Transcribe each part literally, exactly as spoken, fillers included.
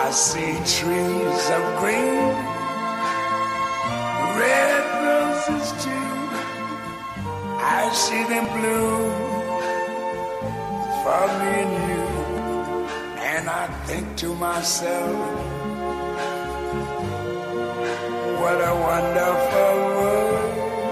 I see trees of green, red roses too. I see them bloom for me and you. And I think to myself, what a wonderful world.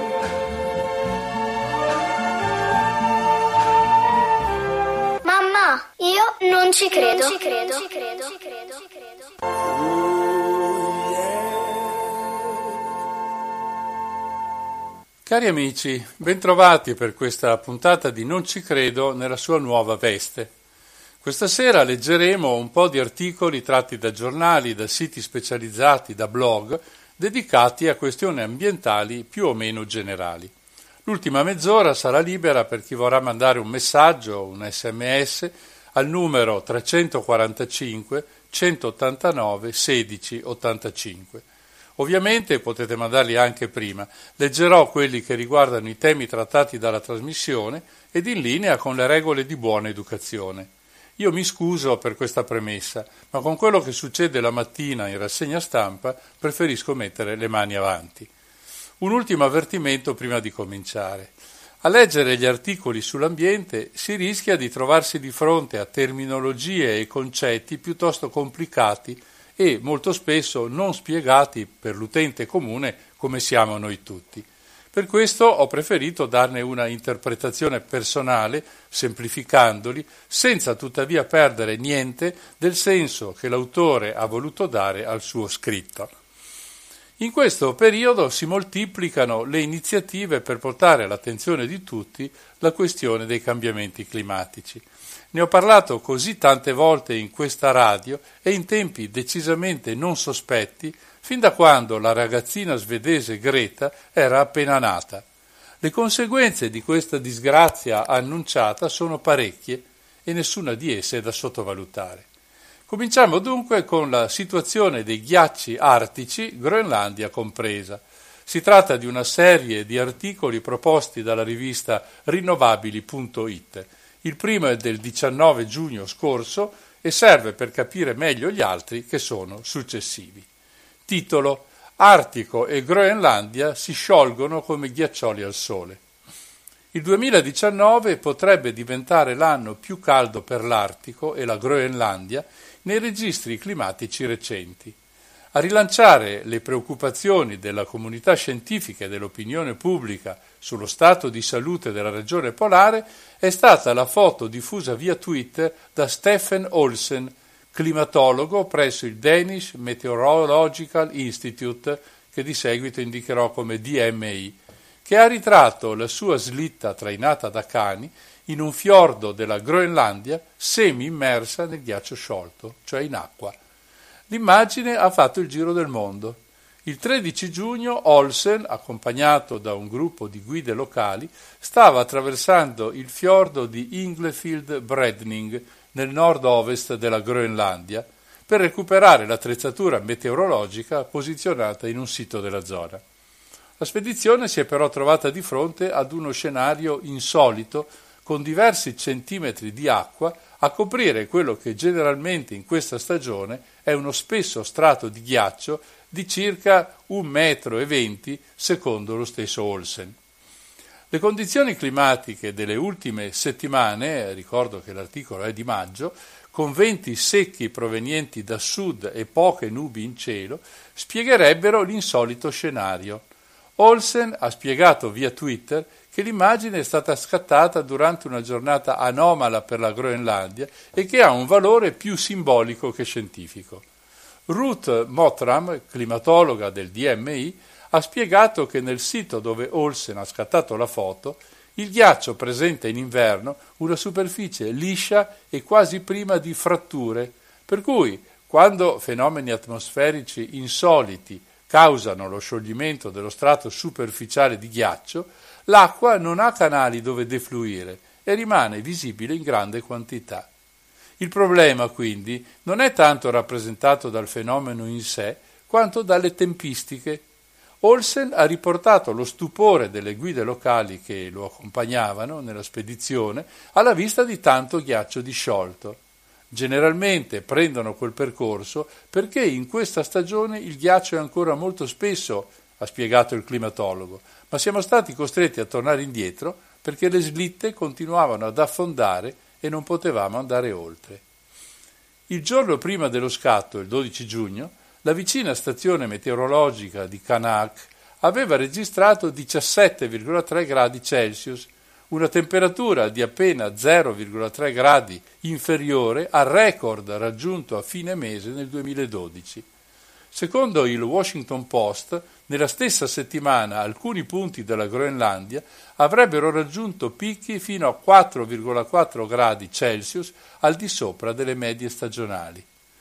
Mamma, io non ci credo. Non ci credo. Non ci credo. Ci credo. Ci credo. Oh, yeah. Cari amici, bentrovati per questa puntata di Non ci credo nella sua nuova veste. Questa sera leggeremo un po' di articoli tratti da giornali, da siti specializzati, da blog, dedicati a questioni ambientali più o meno generali. L'ultima mezz'ora sarà libera per chi vorrà mandare un messaggio, un sms, al numero trecentoquarantacinque centottantanove sedici ottantacinque. Ovviamente potete mandarli anche prima. Leggerò quelli che riguardano i temi trattati dalla trasmissione ed in linea con le regole di buona educazione. Io mi scuso per questa premessa, ma con quello che succede la mattina in rassegna stampa preferisco mettere le mani avanti. Un ultimo avvertimento prima di cominciare. A leggere gli articoli sull'ambiente si rischia di trovarsi di fronte a terminologie e concetti piuttosto complicati e molto spesso non spiegati per l'utente comune come siamo noi tutti. Per questo ho preferito darne una interpretazione personale, semplificandoli, senza tuttavia perdere niente del senso che l'autore ha voluto dare al suo scritto. In questo periodo si moltiplicano le iniziative per portare all'attenzione di tutti la questione dei cambiamenti climatici. Ne ho parlato così tante volte in questa radio e in tempi decisamente non sospetti, fin da quando la ragazzina svedese Greta era appena nata. Le conseguenze di questa disgrazia annunciata sono parecchie e nessuna di esse è da sottovalutare. Cominciamo dunque con la situazione dei ghiacci artici, Groenlandia compresa. Si tratta di una serie di articoli proposti dalla rivista rinnovabili punto it. Il primo è del diciannove giugno scorso e serve per capire meglio gli altri che sono successivi. Titolo: Artico e Groenlandia si sciolgono come ghiaccioli al sole. Il duemiladiciannove potrebbe diventare l'anno più caldo per l'Artico e la Groenlandia nei registri climatici recenti. A rilanciare le preoccupazioni della comunità scientifica e dell'opinione pubblica sullo stato di salute della regione polare è stata la foto diffusa via Twitter da Stefan Olsen, climatologo presso il Danish Meteorological Institute, che di seguito indicherò come D M I, che ha ritratto la sua slitta trainata da cani in un fiordo della Groenlandia semi-immersa nel ghiaccio sciolto, cioè in acqua. L'immagine ha fatto il giro del mondo. Il tredici giugno Olsen, accompagnato da un gruppo di guide locali, stava attraversando il fiordo di Inglefield Bredning, nel nord-ovest della Groenlandia, per recuperare l'attrezzatura meteorologica posizionata in un sito della zona. La spedizione si è però trovata di fronte ad uno scenario insolito, con diversi centimetri di acqua a coprire quello che generalmente in questa stagione è uno spesso strato di ghiaccio di circa un metro e venti secondo lo stesso Olsen. Le condizioni climatiche delle ultime settimane, ricordo che l'articolo è di maggio, con venti secchi provenienti da sud e poche nubi in cielo, spiegherebbero l'insolito scenario. Olsen ha spiegato via Twitter che l'immagine è stata scattata durante una giornata anomala per la Groenlandia e che ha un valore più simbolico che scientifico. Ruth Mottram, climatologa del D M I, ha spiegato che nel sito dove Olsen ha scattato la foto, il ghiaccio presenta in inverno una superficie liscia e quasi priva di fratture, per cui quando fenomeni atmosferici insoliti causano lo scioglimento dello strato superficiale di ghiaccio, l'acqua non ha canali dove defluire e rimane visibile in grande quantità. Il problema, quindi, non è tanto rappresentato dal fenomeno in sé, quanto dalle tempistiche. Olsen ha riportato lo stupore delle guide locali che lo accompagnavano nella spedizione alla vista di tanto ghiaccio disciolto. Generalmente prendono quel percorso perché in questa stagione il ghiaccio è ancora molto spesso, ha spiegato il climatologo, ma siamo stati costretti a tornare indietro perché le slitte continuavano ad affondare e non potevamo andare oltre. Il giorno prima dello scatto, il dodici giugno, la vicina stazione meteorologica di Qaanaaq aveva registrato diciassette virgola tre gradi Celsius, una temperatura di appena zero virgola tre gradi inferiore al record raggiunto a fine mese nel duemiladodici. Secondo il Washington Post, nella stessa settimana alcuni punti della Groenlandia avrebbero raggiunto picchi fino a quattro virgola quattro gradi Celsius al di sopra delle medie stagionali.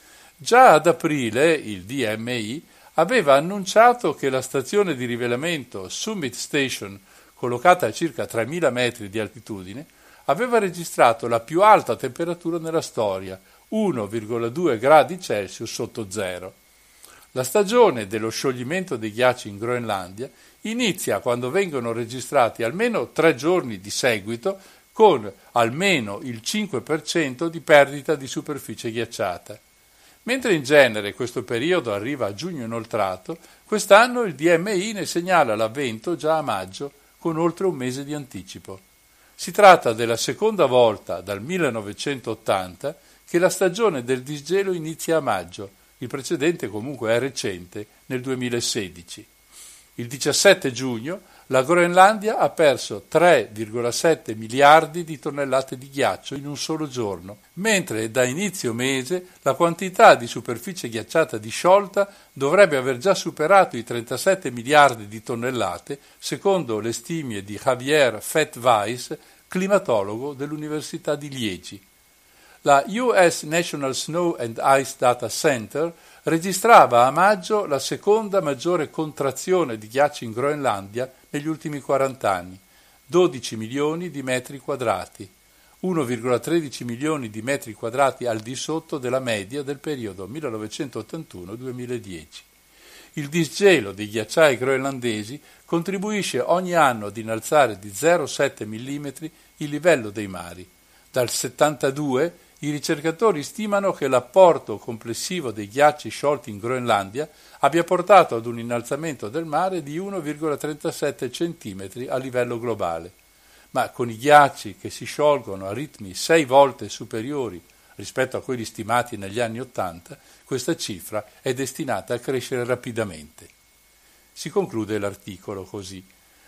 Già ad aprile il D M I aveva annunciato che la stazione di rivelamento Summit Station, collocata a circa tremila metri di altitudine, aveva registrato la più alta temperatura nella storia, uno virgola due gradi Celsius sotto zero. La stagione dello scioglimento dei ghiacci in Groenlandia inizia quando vengono registrati almeno tre giorni di seguito con almeno il cinque per cento di perdita di superficie ghiacciata. Mentre in genere questo periodo arriva a giugno inoltrato, quest'anno il D M I ne segnala l'avvento già a maggio, con oltre un mese di anticipo. Si tratta della seconda volta dal millenovecentottanta che la stagione del disgelo inizia a maggio, il precedente comunque è recente, nel duemilasedici. Il diciassette giugno la Groenlandia ha perso tre virgola sette miliardi di tonnellate di ghiaccio in un solo giorno, mentre da inizio mese la quantità di superficie ghiacciata disciolta dovrebbe aver già superato i trentasette miliardi di tonnellate, secondo le stime di Javier Fettweis, climatologo dell'Università di Liegi. La U S National Snow and Ice Data Center registrava a maggio la seconda maggiore contrazione di ghiaccio in Groenlandia negli ultimi quaranta anni, dodici milioni di metri quadrati, uno virgola tredici milioni di metri quadrati al di sotto della media del periodo millenovecentottantuno duemiladieci. Il disgelo dei ghiacciai groenlandesi contribuisce ogni anno ad innalzare di zero virgola sette millimetri il livello dei mari. Dal settantadue i ricercatori stimano che l'apporto complessivo dei ghiacci sciolti in Groenlandia abbia portato ad un innalzamento del mare di uno virgola trentasette centimetri a livello globale, ma con i ghiacci che si sciolgono a ritmi sei volte superiori rispetto a quelli stimati negli anni Ottanta, questa cifra è destinata a crescere rapidamente. Si conclude l'articolo così.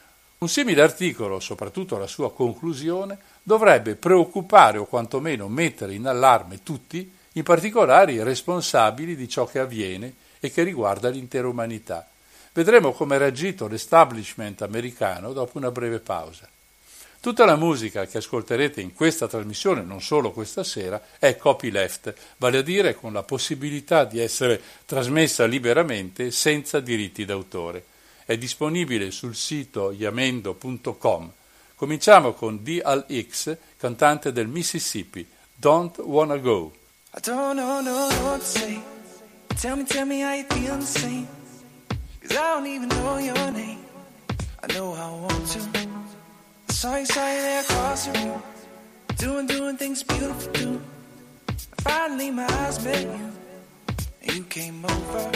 Un simile articolo, soprattutto la sua conclusione, dovrebbe preoccupare o quantomeno mettere in allarme tutti, in particolare i responsabili di ciò che avviene e che riguarda l'intera umanità. Vedremo come ha reagito l'establishment americano dopo una breve pausa. Tutta la musica che ascolterete in questa trasmissione, non solo questa sera, è copyleft, vale a dire con la possibilità di essere trasmessa liberamente senza diritti d'autore. È disponibile sul sito yamendo punto com. Cominciamo con D L X, cantante del Mississippi, Don't Wanna Go. I don't know, no, what to say. Tell me, tell me how you feel the same. Cause I don't even know your name. I know I want to. I saw you, saw you there across the room. Doing, doing things beautiful too. Finally my eyes met you. And you came over.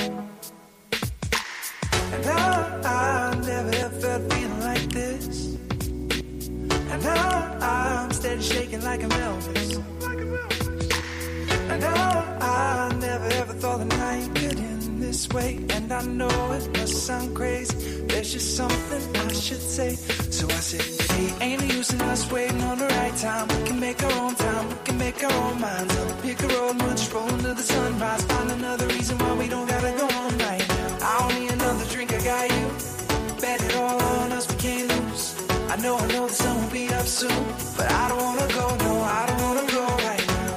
And now I never ever felt feeling like this. And now I'm steady shaking like I'm Elvis. And now I never ever thought the night could end this way. And I know it must sound crazy. There's just something I should say. So I said, hey, ain't no use in us waiting on the right time. We can make our own time, we can make our own minds up. Pick a road and we'll just roll into the sunrise. Find another reason why we don't gotta go on right now. I don't need another drink, I got you. Bet it all on us, we can't lose. I know, I know the sun will be up soon. But I don't wanna go, no, I don't wanna go right now.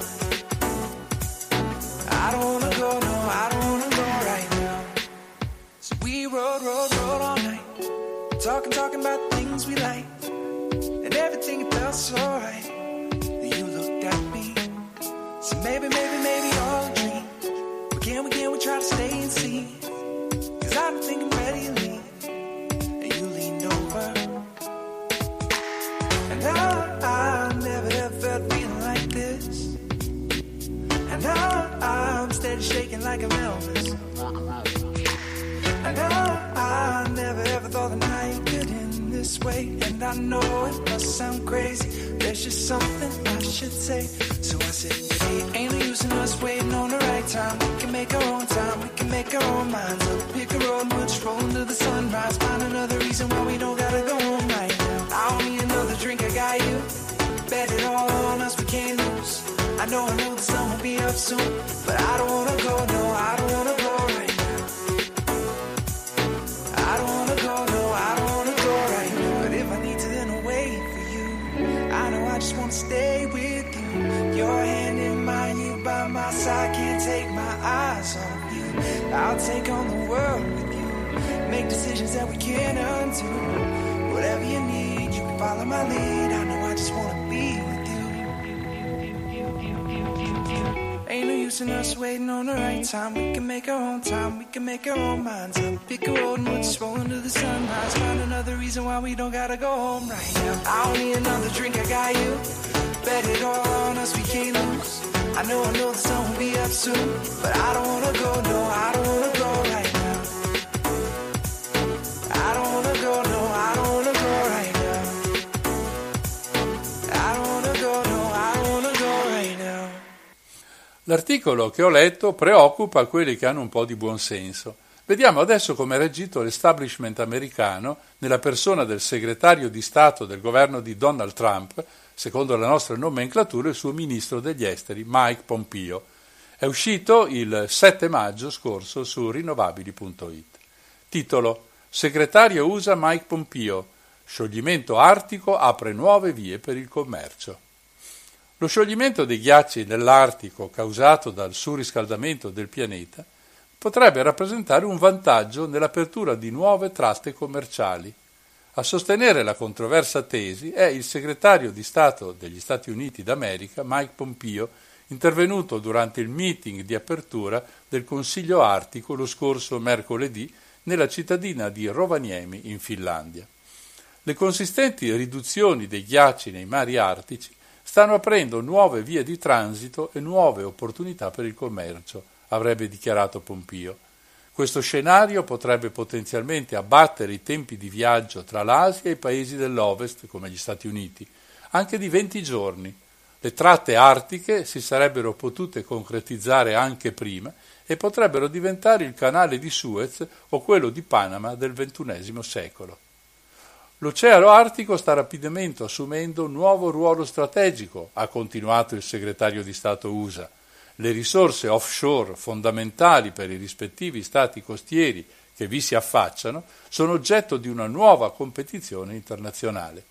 I don't wanna go, no, I don't wanna go right now. So we rode, rode, rode all night. Talking, talking about the things we like. And everything it felt so right. Then you looked at me. So maybe, maybe, maybe all a dream. But can we, can we try to stay and see? Cause I'm thinking ready to leave. And you leaned over. And now I never ever felt feeling like this. like I'm Elvis. I know I never ever thought the night could end this way, and I know it must sound crazy. There's just something I should say. So I said, hey, ain't no use in us waiting on the right time. We can make our own time, we can make our own minds up. Pick a road, we'll just roll into the sunrise. Find another reason why we don't gotta go home right now. I don't need another drink, I got you. Bet it all on us, we can't lose. I know, I know the sun will be up soon, but I don't wanna go, no, I don't wanna go right now. I don't wanna go, no, I don't wanna go right now. But if I need to, then I'll wait for you. I know I just wanna stay with you. Your hand in mine, you by my side, can't take my eyes off you. I'll take on the world with you. Make decisions that we can't undo. Whatever you need, you can follow my lead. I know I just wanna be with you. Ain't no use in us waiting on the right time. We can make our own time, we can make our own minds up. Pick a road and we'll just roll into the sunrise. Find another reason why we don't gotta go home right now. I don't need another drink, I got you. Bet it all on us, we can't lose. I know, I know the sun will be up soon, but I don't wanna go, no, I don't wanna go right now. I don't wanna go, no, I don't wanna go right now. I don't wanna go, no, I don't wanna go right now. L'articolo che ho letto preoccupa quelli che hanno un po' di buon senso. Vediamo adesso come ha reagito l'establishment americano nella persona del segretario di Stato del governo di Donald Trump, secondo la nostra nomenclatura il suo ministro degli esteri, Mike Pompeo. È uscito il sette maggio scorso su rinnovabili punto it. Titolo: Segretario U S A Mike Pompeo. Scioglimento artico apre nuove vie per il commercio. Lo scioglimento dei ghiacci nell'Artico causato dal surriscaldamento del pianeta potrebbe rappresentare un vantaggio nell'apertura di nuove tratte commerciali. A sostenere la controversa tesi è il segretario di Stato degli Stati Uniti d'America, Mike Pompeo, intervenuto durante il meeting di apertura del Consiglio Artico lo scorso mercoledì nella cittadina di Rovaniemi in Finlandia. Le consistenti riduzioni dei ghiacci nei mari artici stanno aprendo nuove vie di transito e nuove opportunità per il commercio, avrebbe dichiarato Pompeo. Questo scenario potrebbe potenzialmente abbattere i tempi di viaggio tra l'Asia e i paesi dell'Ovest, come gli Stati Uniti, anche di venti giorni. Le tratte artiche si sarebbero potute concretizzare anche prima e potrebbero diventare il canale di Suez o quello di Panama del ventunesimo secolo. L'Oceano Artico sta rapidamente assumendo un nuovo ruolo strategico, ha continuato il segretario di Stato U S A. Le risorse offshore fondamentali per i rispettivi stati costieri che vi si affacciano sono oggetto di una nuova competizione internazionale.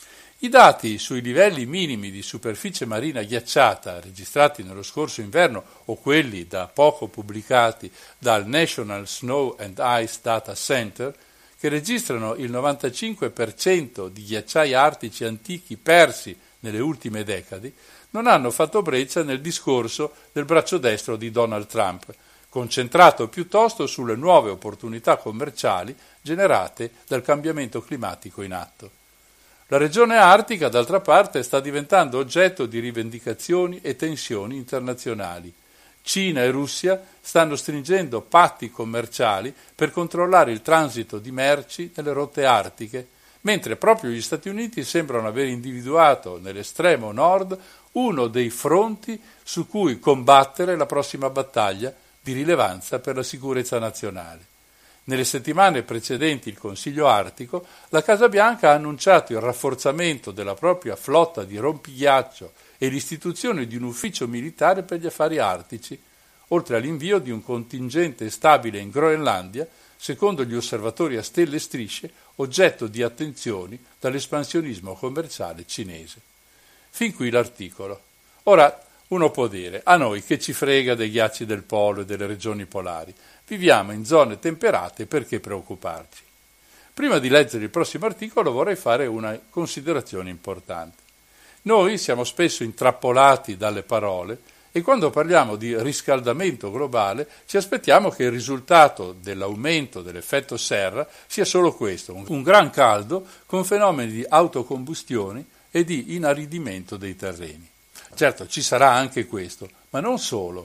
I dati sui livelli minimi di superficie marina ghiacciata registrati nello scorso inverno o quelli da poco pubblicati dal National Snow and Ice Data Center, che registrano il novantacinque per cento di ghiacciai artici antichi persi nelle ultime decadi, non hanno fatto breccia nel discorso del braccio destro di Donald Trump, concentrato piuttosto sulle nuove opportunità commerciali generate dal cambiamento climatico in atto. La regione artica, d'altra parte, sta diventando oggetto di rivendicazioni e tensioni internazionali. Cina e Russia stanno stringendo patti commerciali per controllare il transito di merci nelle rotte artiche, mentre proprio gli Stati Uniti sembrano aver individuato nell'estremo nord uno dei fronti su cui combattere la prossima battaglia di rilevanza per la sicurezza nazionale. Nelle settimane precedenti il Consiglio Artico, la Casa Bianca ha annunciato il rafforzamento della propria flotta di rompighiaccio e l'istituzione di un ufficio militare per gli affari artici, oltre all'invio di un contingente stabile in Groenlandia, secondo gli osservatori a stelle e strisce, oggetto di attenzioni dall'espansionismo commerciale cinese. Fin qui l'articolo. Ora uno può dire, a noi che ci frega dei ghiacci del polo e delle regioni polari, viviamo in zone temperate, perché preoccuparci? Prima di leggere il prossimo articolo vorrei fare una considerazione importante. Noi siamo spesso intrappolati dalle parole e quando parliamo di riscaldamento globale ci aspettiamo che il risultato dell'aumento dell'effetto serra sia solo questo, un gran caldo con fenomeni di autocombustione e di inaridimento dei terreni. Certo, ci sarà anche questo, ma non solo.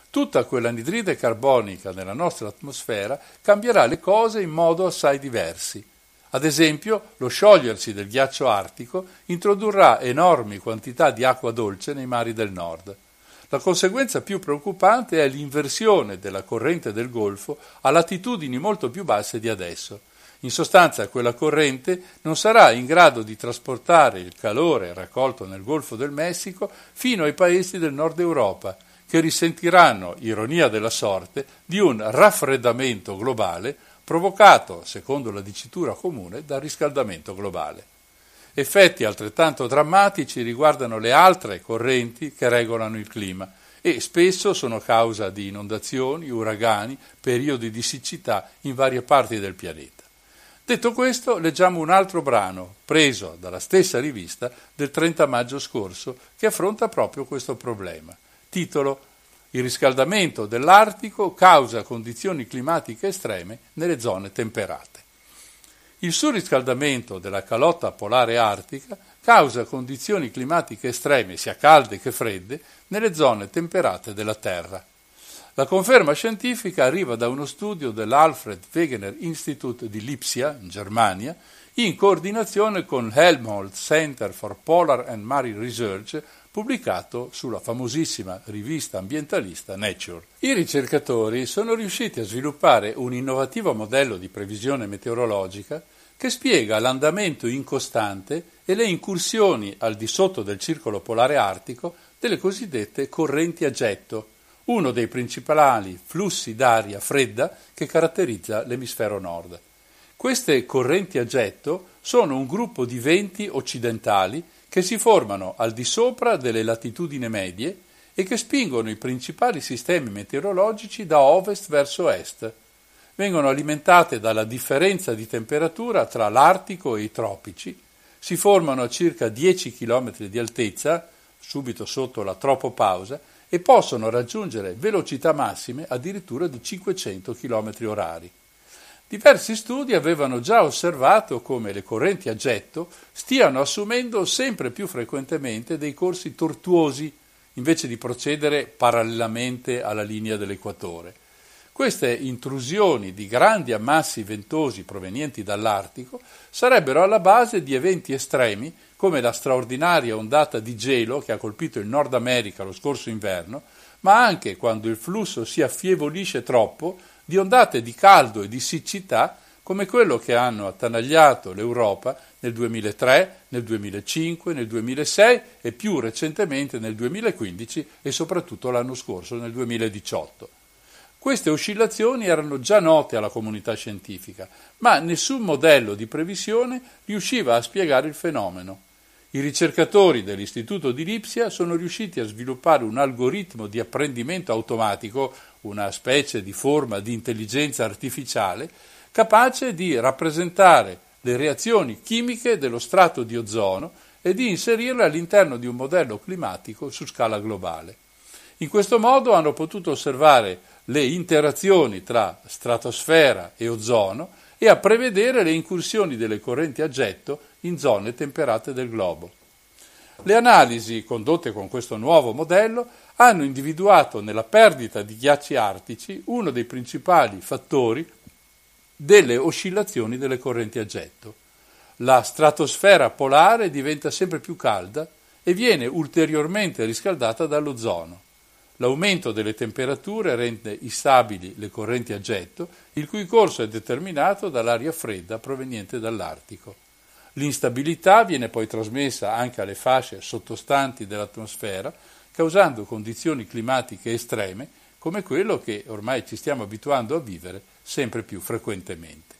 Tutta quell'anidride carbonica nella nostra atmosfera cambierà le cose in modo assai diversi. Ad esempio, lo sciogliersi del ghiaccio artico introdurrà enormi quantità di acqua dolce nei mari del nord. La conseguenza più preoccupante è l'inversione della corrente del Golfo a latitudini molto più basse di adesso. In sostanza, quella corrente non sarà in grado di trasportare il calore raccolto nel Golfo del Messico fino ai paesi del nord Europa, che risentiranno, ironia della sorte, di un raffreddamento globale provocato, secondo la dicitura comune, dal riscaldamento globale. Effetti altrettanto drammatici riguardano le altre correnti che regolano il clima e spesso sono causa di inondazioni, uragani, periodi di siccità in varie parti del pianeta. Detto questo, leggiamo un altro brano, preso dalla stessa rivista del trenta maggio scorso, che affronta proprio questo problema. Titolo: Il riscaldamento dell'Artico causa condizioni climatiche estreme nelle zone temperate. Il surriscaldamento della calotta polare artica causa condizioni climatiche estreme, sia calde che fredde, nelle zone temperate della Terra. La conferma scientifica arriva da uno studio dell'Alfred Wegener Institute di Lipsia, in Germania, in coordinazione con Helmholtz Center for Polar and Marine Research, pubblicato sulla famosissima rivista ambientalista Nature. I ricercatori sono riusciti a sviluppare un innovativo modello di previsione meteorologica che spiega l'andamento incostante e le incursioni al di sotto del circolo polare artico delle cosiddette correnti a getto, uno dei principali flussi d'aria fredda che caratterizza l'emisfero nord. Queste correnti a getto sono un gruppo di venti occidentali che si formano al di sopra delle latitudini medie e che spingono i principali sistemi meteorologici da ovest verso est. Vengono alimentate dalla differenza di temperatura tra l'Artico e i tropici, si formano a circa dieci chilometri di altezza, subito sotto la tropopausa, e possono raggiungere velocità massime addirittura di cinquecento chilometri orari. Diversi studi avevano già osservato come le correnti a getto stiano assumendo sempre più frequentemente dei corsi tortuosi invece di procedere parallelamente alla linea dell'equatore. Queste intrusioni di grandi ammassi ventosi provenienti dall'Artico sarebbero alla base di eventi estremi come la straordinaria ondata di gelo che ha colpito il Nord America lo scorso inverno, ma anche, quando il flusso si affievolisce troppo, di ondate di caldo e di siccità come quello che hanno attanagliato l'Europa nel duemilatré, nel duemilacinque, nel duemilasei e più recentemente nel duemilaquindici e soprattutto l'anno scorso, nel duemiladiciotto. Queste oscillazioni erano già note alla comunità scientifica, ma nessun modello di previsione riusciva a spiegare il fenomeno. I ricercatori dell'Istituto di Lipsia sono riusciti a sviluppare un algoritmo di apprendimento automatico, una specie di forma di intelligenza artificiale, capace di rappresentare le reazioni chimiche dello strato di ozono e di inserirle all'interno di un modello climatico su scala globale. In questo modo hanno potuto osservare le interazioni tra stratosfera e ozono e a prevedere le incursioni delle correnti a getto in zone temperate del globo. Le analisi condotte con questo nuovo modello hanno individuato nella perdita di ghiacci artici uno dei principali fattori delle oscillazioni delle correnti a getto. La stratosfera polare diventa sempre più calda e viene ulteriormente riscaldata dall'ozono. L'aumento delle temperature rende instabili le correnti a getto, il cui corso è determinato dall'aria fredda proveniente dall'Artico. L'instabilità viene poi trasmessa anche alle fasce sottostanti dell'atmosfera, causando condizioni climatiche estreme come quello che ormai ci stiamo abituando a vivere sempre più frequentemente.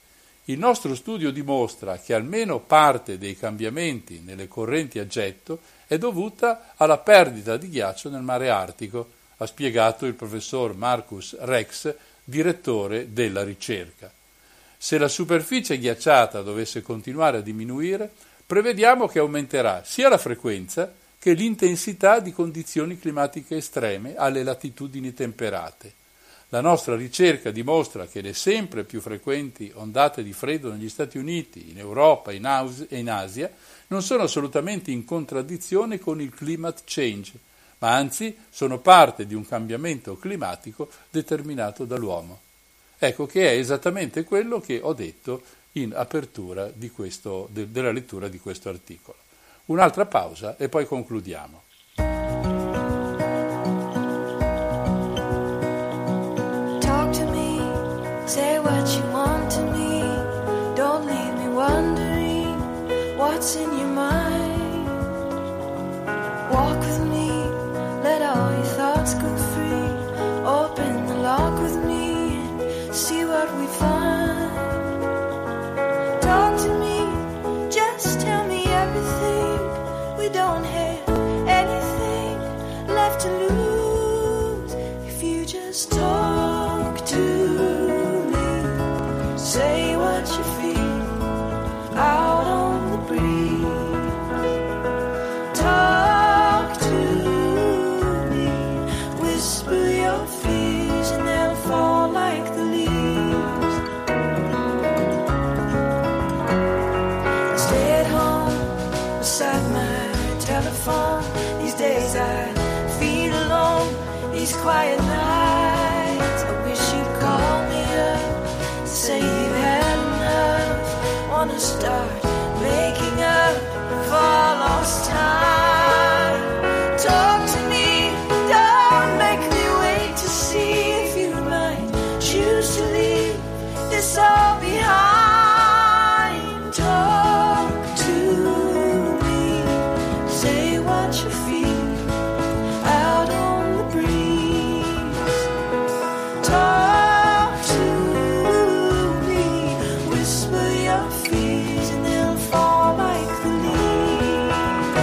Il nostro studio dimostra che almeno parte dei cambiamenti nelle correnti a getto è dovuta alla perdita di ghiaccio nel mare Artico, ha spiegato il professor Marcus Rex, direttore della ricerca. Se la superficie ghiacciata dovesse continuare a diminuire, prevediamo che aumenterà sia la frequenza che l'intensità di condizioni climatiche estreme alle latitudini temperate. La nostra ricerca dimostra che le sempre più frequenti ondate di freddo negli Stati Uniti, in Europa in Aus- e in Asia non sono assolutamente in contraddizione con il climate change, ma anzi sono parte di un cambiamento climatico determinato dall'uomo. Ecco che è esattamente quello che ho detto in apertura di questo, de, della lettura di questo articolo. Un'altra pausa e poi concludiamo. Talk to me, say what you want to me. Don't leave me wondering what's in your mind. Walk with me, let all your thoughts go free. Open the lock with me and see what we find. Talk to me, just tell me everything. We don't have anything left to lose if you just talk to me. Say what you feel out on the breeze. Talk to me, whisper your fears and they'll fall like the leaves. Stay at home beside my telephone. These days I feel alone, these quiet nights. I wish you'd call me up, say you've had enough. Wanna start making up for lost time. Talk to me, don't make me wait to see if you might choose to leave this all behind. Talk to me, say what you feel out on the breeze. Talk to me, whisper your fears and they'll fall like the leaves.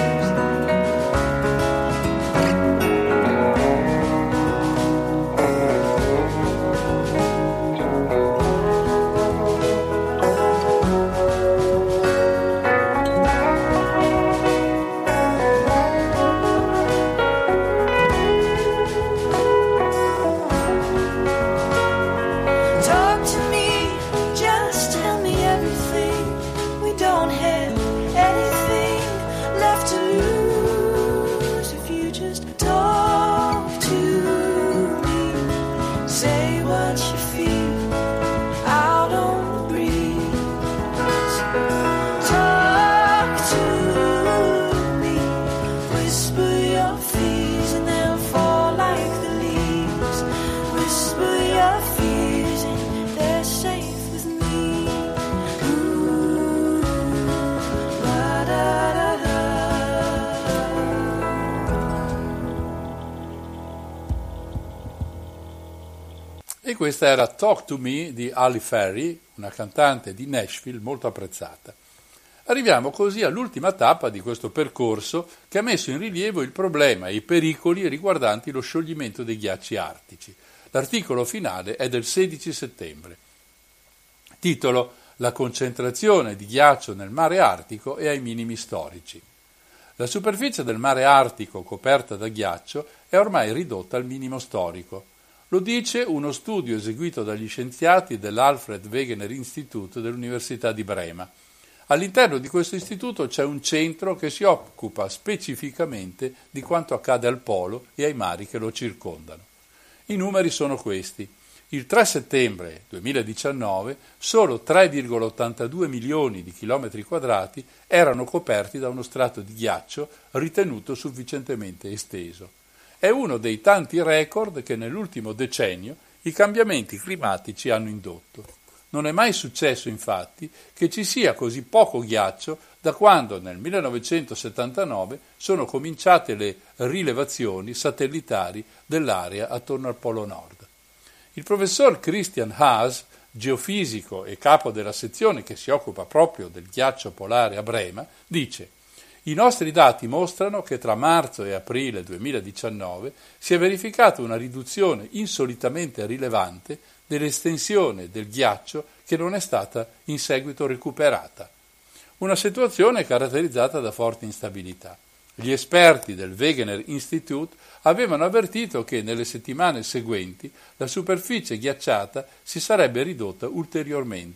Talk to me, just tell me everything. We don't have anything left to lose if you just talk to me. Say what you feel out on the breeze. Talk to me, whisper your fears and they'll fall like the leaves. Whisper your fears and they're safe with me. Ooh, la da da da. E questa era Talk to Me di Ali Ferry, una cantante di Nashville molto apprezzata. Arriviamo così all'ultima tappa di questo percorso che ha messo in rilievo il problema e i pericoli riguardanti lo scioglimento dei ghiacci artici. L'articolo finale è del sedici settembre. Titolo: La concentrazione di ghiaccio nel mare Artico è ai minimi storici. La superficie del mare Artico coperta da ghiaccio è ormai ridotta al minimo storico. Lo dice uno studio eseguito dagli scienziati dell'Alfred Wegener Institute dell'Università di Brema. All'interno di questo istituto c'è un centro che si occupa specificamente di quanto accade al polo e ai mari che lo circondano. I numeri sono questi. Il tre settembre duemiladiciannove solo tre virgola ottantadue milioni di chilometri quadrati erano coperti da uno strato di ghiaccio ritenuto sufficientemente esteso. È uno dei tanti record che nell'ultimo decennio i cambiamenti climatici hanno indotto. Non è mai successo, infatti, che ci sia così poco ghiaccio da quando nel millenovecentosettantanove sono cominciate le rilevazioni satellitari dell'area attorno al Polo Nord. Il professor Christian Haas, geofisico e capo della sezione che si occupa proprio del ghiaccio polare a Brema, dice: i nostri dati mostrano che tra marzo e aprile duemiladiciannove si è verificata una riduzione insolitamente rilevante dell'estensione del ghiaccio che non è stata in seguito recuperata. Una situazione caratterizzata da forte instabilità. Gli esperti del Wegener Institute avevano avvertito che nelle settimane seguenti la superficie ghiacciata si sarebbe ridotta ulteriormente,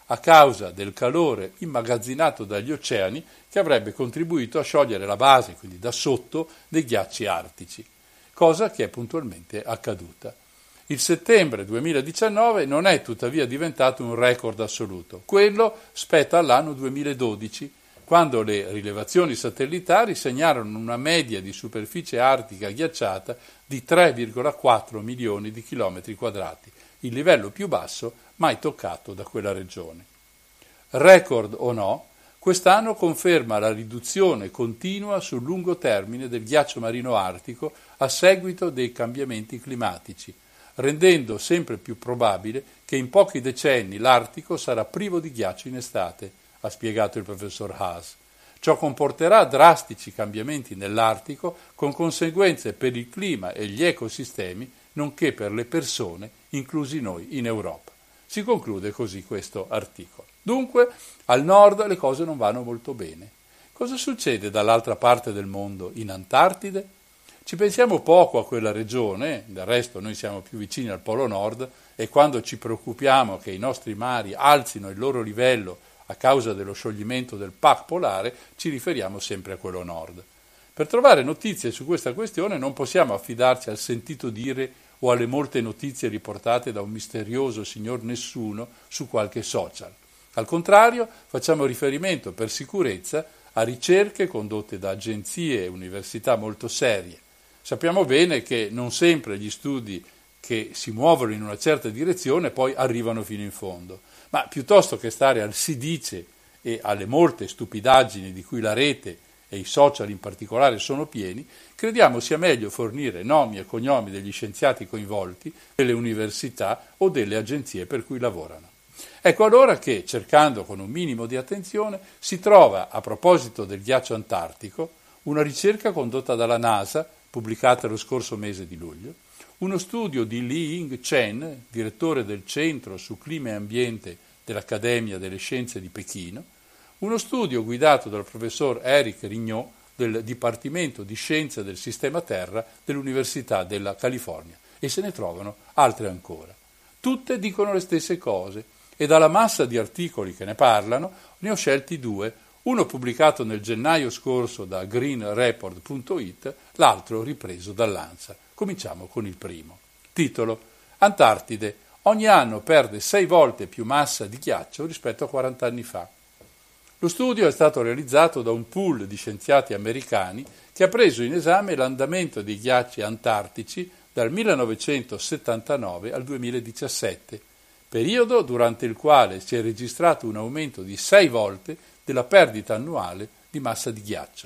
a causa del calore immagazzinato dagli oceani che avrebbe contribuito a sciogliere la base, quindi da sotto, dei ghiacci artici, cosa che è puntualmente accaduta. Il settembre duemiladiciannove non è tuttavia diventato un record assoluto, quello spetta all'anno duemiladodici, quando le rilevazioni satellitari segnalarono una media di superficie artica ghiacciata di tre virgola quattro milioni di chilometri quadrati, il livello più basso mai toccato da quella regione. Record o no, quest'anno conferma la riduzione continua sul lungo termine del ghiaccio marino artico a seguito dei cambiamenti climatici, rendendo sempre più probabile che in pochi decenni l'Artico sarà privo di ghiaccio in estate, ha spiegato il professor Haas. Ciò comporterà drastici cambiamenti nell'Artico con conseguenze per il clima e gli ecosistemi, nonché per le persone, inclusi noi in Europa. Si conclude così questo articolo. Dunque, al nord le cose non vanno molto bene. Cosa succede dall'altra parte del mondo, in Antartide? Ci pensiamo poco a quella regione, del resto noi siamo più vicini al Polo Nord e quando ci preoccupiamo che i nostri mari alzino il loro livello a causa dello scioglimento del pack polare, ci riferiamo sempre a quello nord. Per trovare notizie su questa questione non possiamo affidarci al sentito dire o alle molte notizie riportate da un misterioso signor Nessuno su qualche social. Al contrario, facciamo riferimento per sicurezza a ricerche condotte da agenzie e università molto serie. Sappiamo bene che non sempre gli studi che si muovono in una certa direzione poi arrivano fino in fondo, ma piuttosto che stare al si dice e alle molte stupidaggini di cui la rete e i social in particolare sono pieni, crediamo sia meglio fornire nomi e cognomi degli scienziati coinvolti, delle università o delle agenzie per cui lavorano. Ecco allora che, cercando con un minimo di attenzione, si trova, a proposito del ghiaccio antartico, una ricerca condotta dalla NASA, pubblicata lo scorso mese di luglio, uno studio di Li Ying Chen, direttore del Centro su Clima e Ambiente dell'Accademia delle Scienze di Pechino, uno studio guidato dal professor Eric Rignot del Dipartimento di Scienze del Sistema Terra dell'Università della California, e se ne trovano altre ancora. Tutte dicono le stesse cose e dalla massa di articoli che ne parlano ne ho scelti due, uno pubblicato nel gennaio scorso da green report punto it, l'altro ripreso dall'ANSA. Cominciamo con il primo. Titolo: Antartide. Ogni anno perde sei volte più massa di ghiaccio rispetto a quaranta anni fa. Lo studio è stato realizzato da un pool di scienziati americani che ha preso in esame l'andamento dei ghiacci antartici dal millenovecentosettantanove al duemiladiciassette, periodo durante il quale si è registrato un aumento di sei volte della perdita annuale di massa di ghiaccio.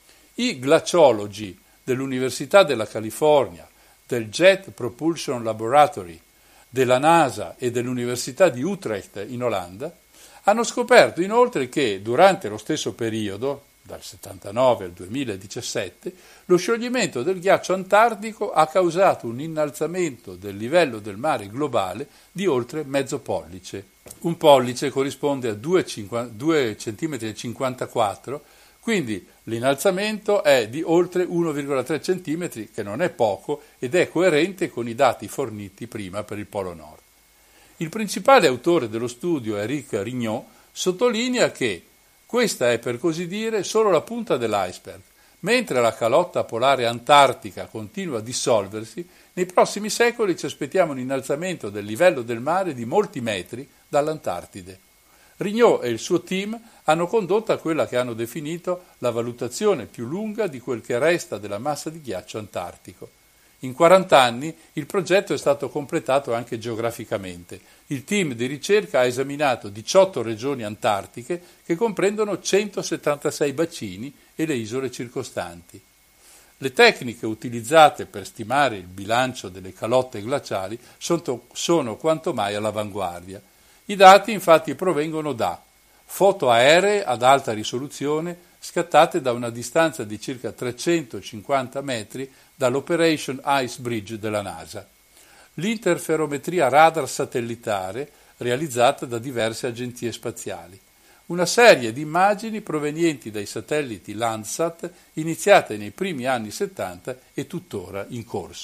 I glaciologi dell'Università della California, del Jet Propulsion Laboratory, della NASA e dell'Università di Utrecht in Olanda hanno scoperto inoltre che durante lo stesso periodo, dal settantanove al duemiladiciassette, lo scioglimento del ghiaccio antartico ha causato un innalzamento del livello del mare globale di oltre mezzo pollice. Un pollice corrisponde a due virgola cinquantaquattro centimetri, quindi l'innalzamento è di oltre uno virgola tre centimetri, che non è poco ed è coerente con i dati forniti prima per il Polo Nord. Il principale autore dello studio, Eric Rignot, sottolinea che questa è, per così dire, solo la punta dell'iceberg. Mentre la calotta polare antartica continua a dissolversi, nei prossimi secoli ci aspettiamo un innalzamento del livello del mare di molti metri dall'Antartide. Rignot e il suo team hanno condotto quella che hanno definito la valutazione più lunga di quel che resta della massa di ghiaccio antartico. In quaranta anni il progetto è stato completato anche geograficamente. Il team di ricerca ha esaminato diciotto regioni antartiche che comprendono centosettantasei bacini e le isole circostanti. Le tecniche utilizzate per stimare il bilancio delle calotte glaciali sono, sono quanto mai all'avanguardia. I dati infatti provengono da foto aeree ad alta risoluzione scattate da una distanza di circa trecentocinquanta metri dall'Operation Ice Bridge della NASA, l'interferometria radar satellitare realizzata da diverse agenzie spaziali, una serie di immagini provenienti dai satelliti Landsat iniziate nei primi anni settanta e tuttora in corso.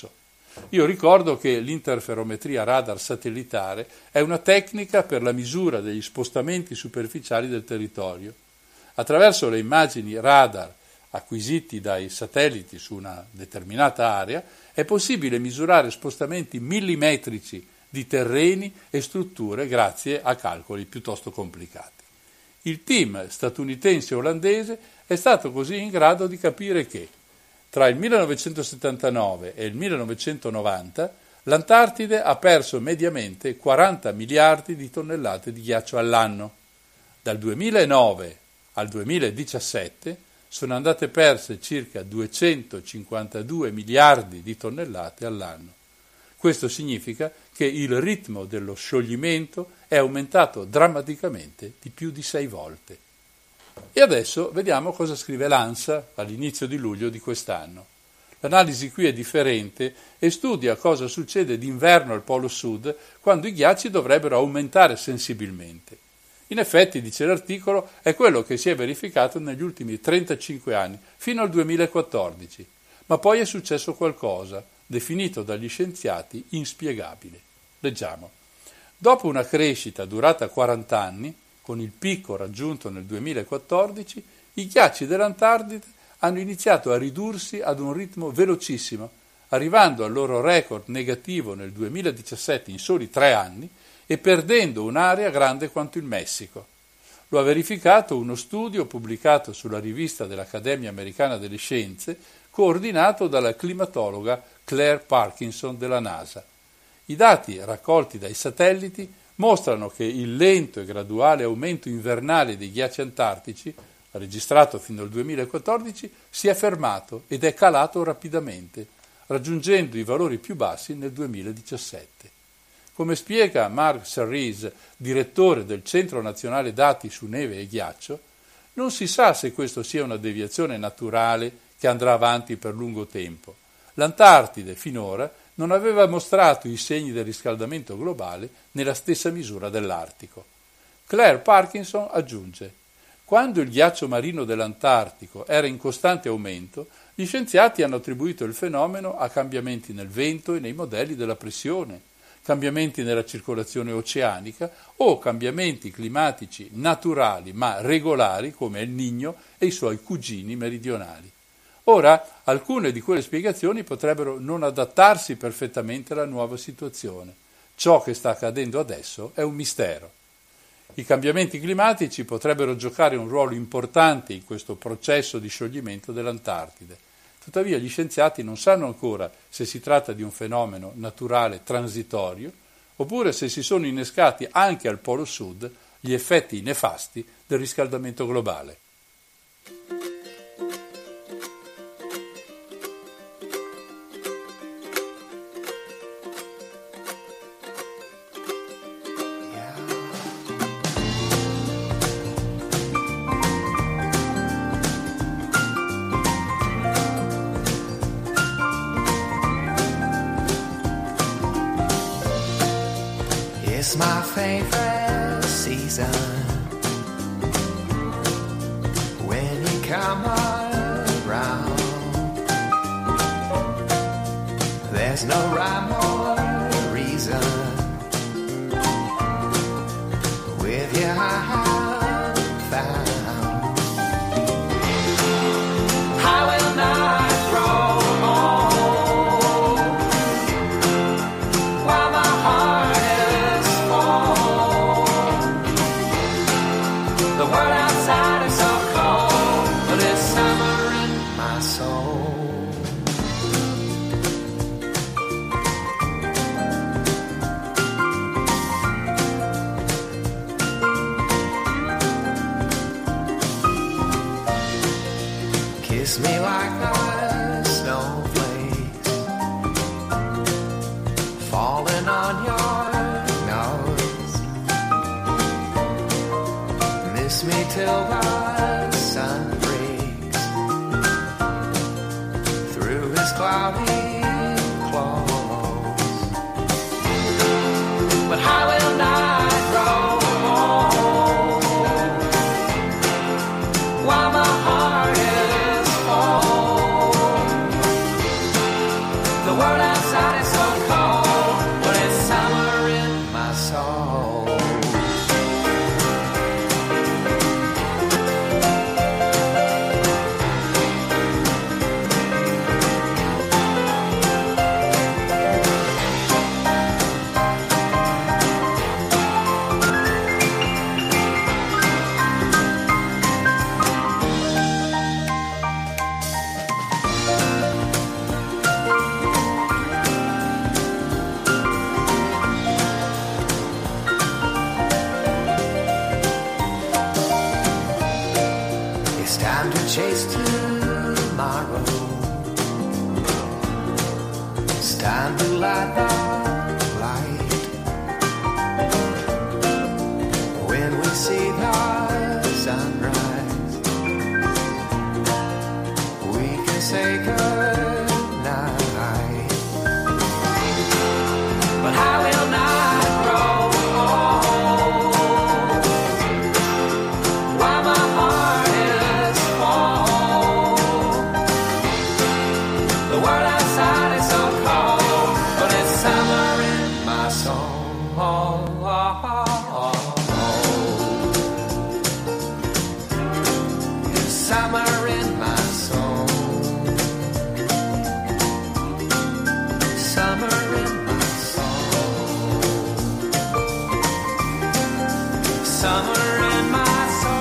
Io ricordo che l'interferometria radar satellitare è una tecnica per la misura degli spostamenti superficiali del territorio. Attraverso le immagini radar acquisiti dai satelliti su una determinata area è possibile misurare spostamenti millimetrici di terreni e strutture grazie a calcoli piuttosto complicati. Il team statunitense e olandese è stato così in grado di capire che tra il millenovecentosettantanove e il millenovecentonovanta l'Antartide ha perso mediamente quaranta miliardi di tonnellate di ghiaccio all'anno. Dal duemilanove al duemiladiciassette sono andate perse circa duecentocinquantadue miliardi di tonnellate all'anno. Questo significa che il ritmo dello scioglimento è aumentato drammaticamente di più di sei volte. E adesso vediamo cosa scrive l'ANSA all'inizio di luglio di quest'anno. L'analisi qui è differente e studia cosa succede d'inverno al Polo Sud quando i ghiacci dovrebbero aumentare sensibilmente. In effetti, dice l'articolo, è quello che si è verificato negli ultimi trentacinque anni, fino al duemilaquattordici. Ma poi è successo qualcosa, definito dagli scienziati inspiegabile. Leggiamo. Dopo una crescita durata quaranta anni, con il picco raggiunto nel duemilaquattordici, i ghiacci dell'Antartide hanno iniziato a ridursi ad un ritmo velocissimo, arrivando al loro record negativo nel duemiladiciassette in soli tre anni e perdendo un'area grande quanto il Messico. Lo ha verificato uno studio pubblicato sulla rivista dell'Accademia Americana delle Scienze, coordinato dalla climatologa Claire Parkinson della NASA. I dati raccolti dai satelliti mostrano che il lento e graduale aumento invernale dei ghiacci antartici, registrato fino al duemilaquattordici, si è fermato ed è calato rapidamente, raggiungendo i valori più bassi nel duemiladiciassette. Come spiega Mark Sarris, direttore del Centro Nazionale Dati su Neve e Ghiaccio, non si sa se questo sia una deviazione naturale che andrà avanti per lungo tempo. L'Antartide, finora, non aveva mostrato i segni del riscaldamento globale nella stessa misura dell'Artico. Claire Parkinson aggiunge: quando il ghiaccio marino dell'Antartico era in costante aumento, gli scienziati hanno attribuito il fenomeno a cambiamenti nel vento e nei modelli della pressione, cambiamenti nella circolazione oceanica o cambiamenti climatici naturali ma regolari come il Niño e i suoi cugini meridionali. Ora, alcune di quelle spiegazioni potrebbero non adattarsi perfettamente alla nuova situazione. Ciò che sta accadendo adesso è un mistero. I cambiamenti climatici potrebbero giocare un ruolo importante in questo processo di scioglimento dell'Antartide. Tuttavia gli scienziati non sanno ancora se si tratta di un fenomeno naturale transitorio oppure se si sono innescati anche al Polo Sud gli effetti nefasti del riscaldamento globale. It's my favorite season when you come around. There's no rhyme or reason with you I have found. I will not grow old while my heart is full. The world outside is so cold, but it's summer in my soul. Kiss me like the snowflakes falling on your nose. Miss me till the sun breaks through his cloudy clothes. But I will not grow old while my heart is full. The world outside is candlelight light. When we see the sunrise, we can say good night. But I will not grow old while my heart is full. The world outside is so cold, but it's summer in my soul. It's summer in my soul. Summer in my soul. Summer in my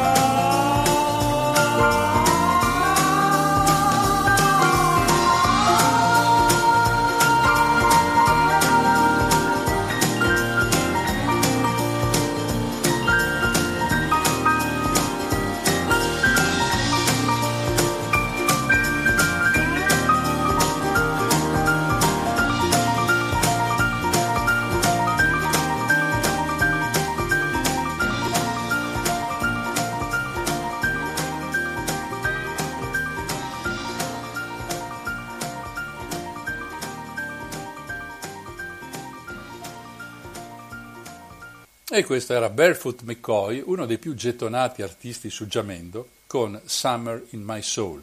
E questo era Barefoot McCoy, uno dei più gettonati artisti su Jamendo, con Summer in My Soul.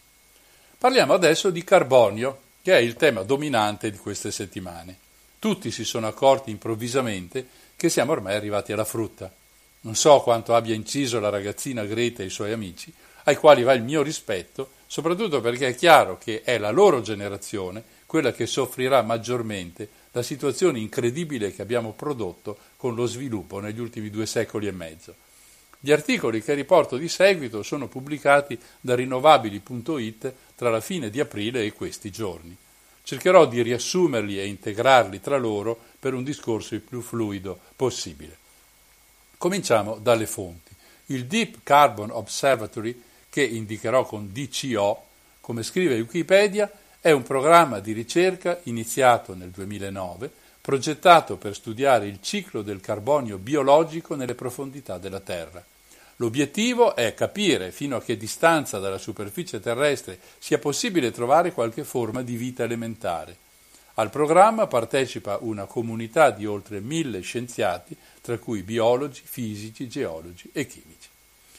Parliamo adesso di carbonio, che è il tema dominante di queste settimane. Tutti si sono accorti improvvisamente che siamo ormai arrivati alla frutta. Non so quanto abbia inciso la ragazzina Greta e i suoi amici, ai quali va il mio rispetto, soprattutto perché è chiaro che è la loro generazione quella che soffrirà maggiormente la situazione incredibile che abbiamo prodotto con lo sviluppo negli ultimi due secoli e mezzo. Gli articoli che riporto di seguito sono pubblicati da rinnovabili punto it tra la fine di aprile e questi giorni. Cercherò di riassumerli e integrarli tra loro per un discorso il più fluido possibile. Cominciamo dalle fonti. Il Deep Carbon Observatory, che indicherò con D C O, come scrive Wikipedia, è un programma di ricerca iniziato nel duemilanove, progettato per studiare il ciclo del carbonio biologico nelle profondità della Terra. L'obiettivo è capire fino a che distanza dalla superficie terrestre sia possibile trovare qualche forma di vita elementare. Al programma partecipa una comunità di oltre mille scienziati, tra cui biologi, fisici, geologi e chimici.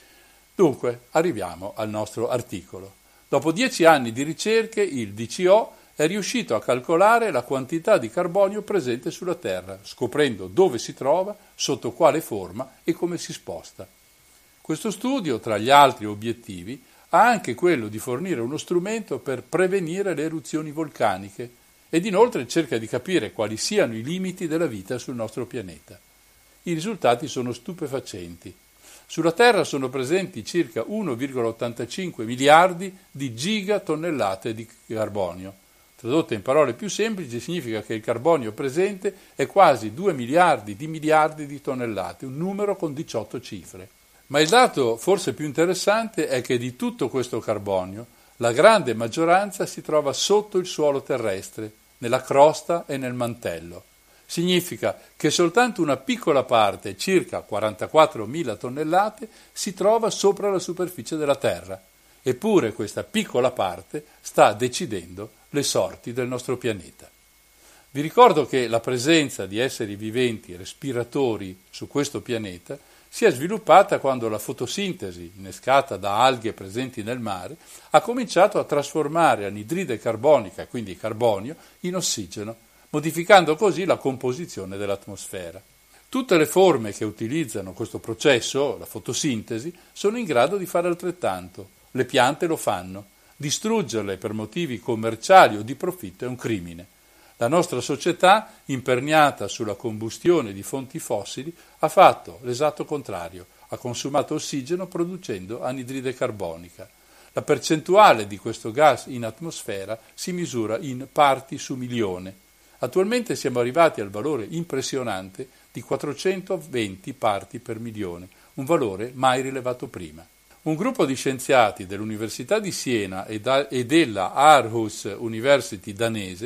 Dunque, arriviamo al nostro articolo. Dopo dieci anni di ricerche, il D C O è riuscito a calcolare la quantità di carbonio presente sulla Terra, scoprendo dove si trova, sotto quale forma e come si sposta. Questo studio, tra gli altri obiettivi, ha anche quello di fornire uno strumento per prevenire le eruzioni vulcaniche ed inoltre cerca di capire quali siano i limiti della vita sul nostro pianeta. I risultati sono stupefacenti. Sulla Terra sono presenti circa uno virgola ottantacinque miliardi di gigatonnellate di carbonio. Tradotto in parole più semplici significa che il carbonio presente è quasi due miliardi di miliardi di tonnellate, un numero con diciotto cifre. Ma il dato forse più interessante è che di tutto questo carbonio la grande maggioranza si trova sotto il suolo terrestre, nella crosta e nel mantello. Significa che soltanto una piccola parte, circa quarantaquattromila tonnellate, si trova sopra la superficie della Terra. Eppure questa piccola parte sta decidendo le sorti del nostro pianeta. Vi ricordo che la presenza di esseri viventi respiratori su questo pianeta si è sviluppata quando la fotosintesi, innescata da alghe presenti nel mare, ha cominciato a trasformare anidride carbonica, quindi carbonio, in ossigeno, modificando così la composizione dell'atmosfera. Tutte le forme che utilizzano questo processo, la fotosintesi, sono in grado di fare altrettanto. Le piante lo fanno. Distruggerle per motivi commerciali o di profitto è un crimine. La nostra società, imperniata sulla combustione di fonti fossili, ha fatto l'esatto contrario, ha consumato ossigeno producendo anidride carbonica. La percentuale di questo gas in atmosfera si misura in parti su milione. Attualmente siamo arrivati al valore impressionante di quattrocentoventi parti per milione, un valore mai rilevato prima. Un gruppo di scienziati dell'Università di Siena e, da, e della Aarhus University danese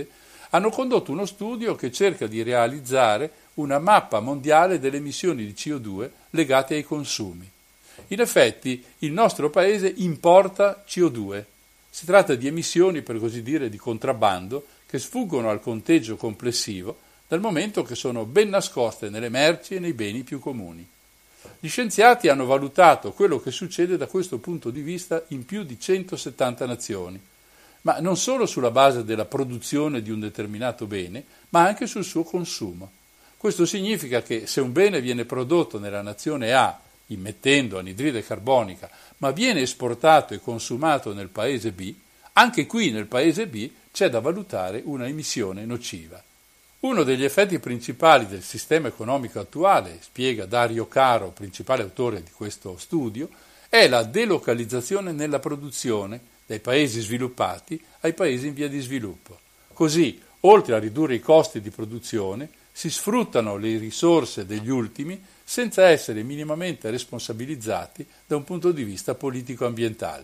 hanno condotto uno studio che cerca di realizzare una mappa mondiale delle emissioni di C O due legate ai consumi. In effetti, il nostro paese importa C O due. Si tratta di emissioni, per così dire, di contrabbando che sfuggono al conteggio complessivo dal momento che sono ben nascoste nelle merci e nei beni più comuni. Gli scienziati hanno valutato quello che succede da questo punto di vista in più di centosettanta nazioni, ma non solo sulla base della produzione di un determinato bene, ma anche sul suo consumo. Questo significa che se un bene viene prodotto nella nazione A, immettendo anidride carbonica, ma viene esportato e consumato nel paese B, anche qui nel paese B c'è da valutare una emissione nociva. Uno degli effetti principali del sistema economico attuale, spiega Dario Caro, principale autore di questo studio, è la delocalizzazione nella produzione dai paesi sviluppati ai paesi in via di sviluppo. Così, oltre a ridurre i costi di produzione, si sfruttano le risorse degli ultimi senza essere minimamente responsabilizzati da un punto di vista politico-ambientale.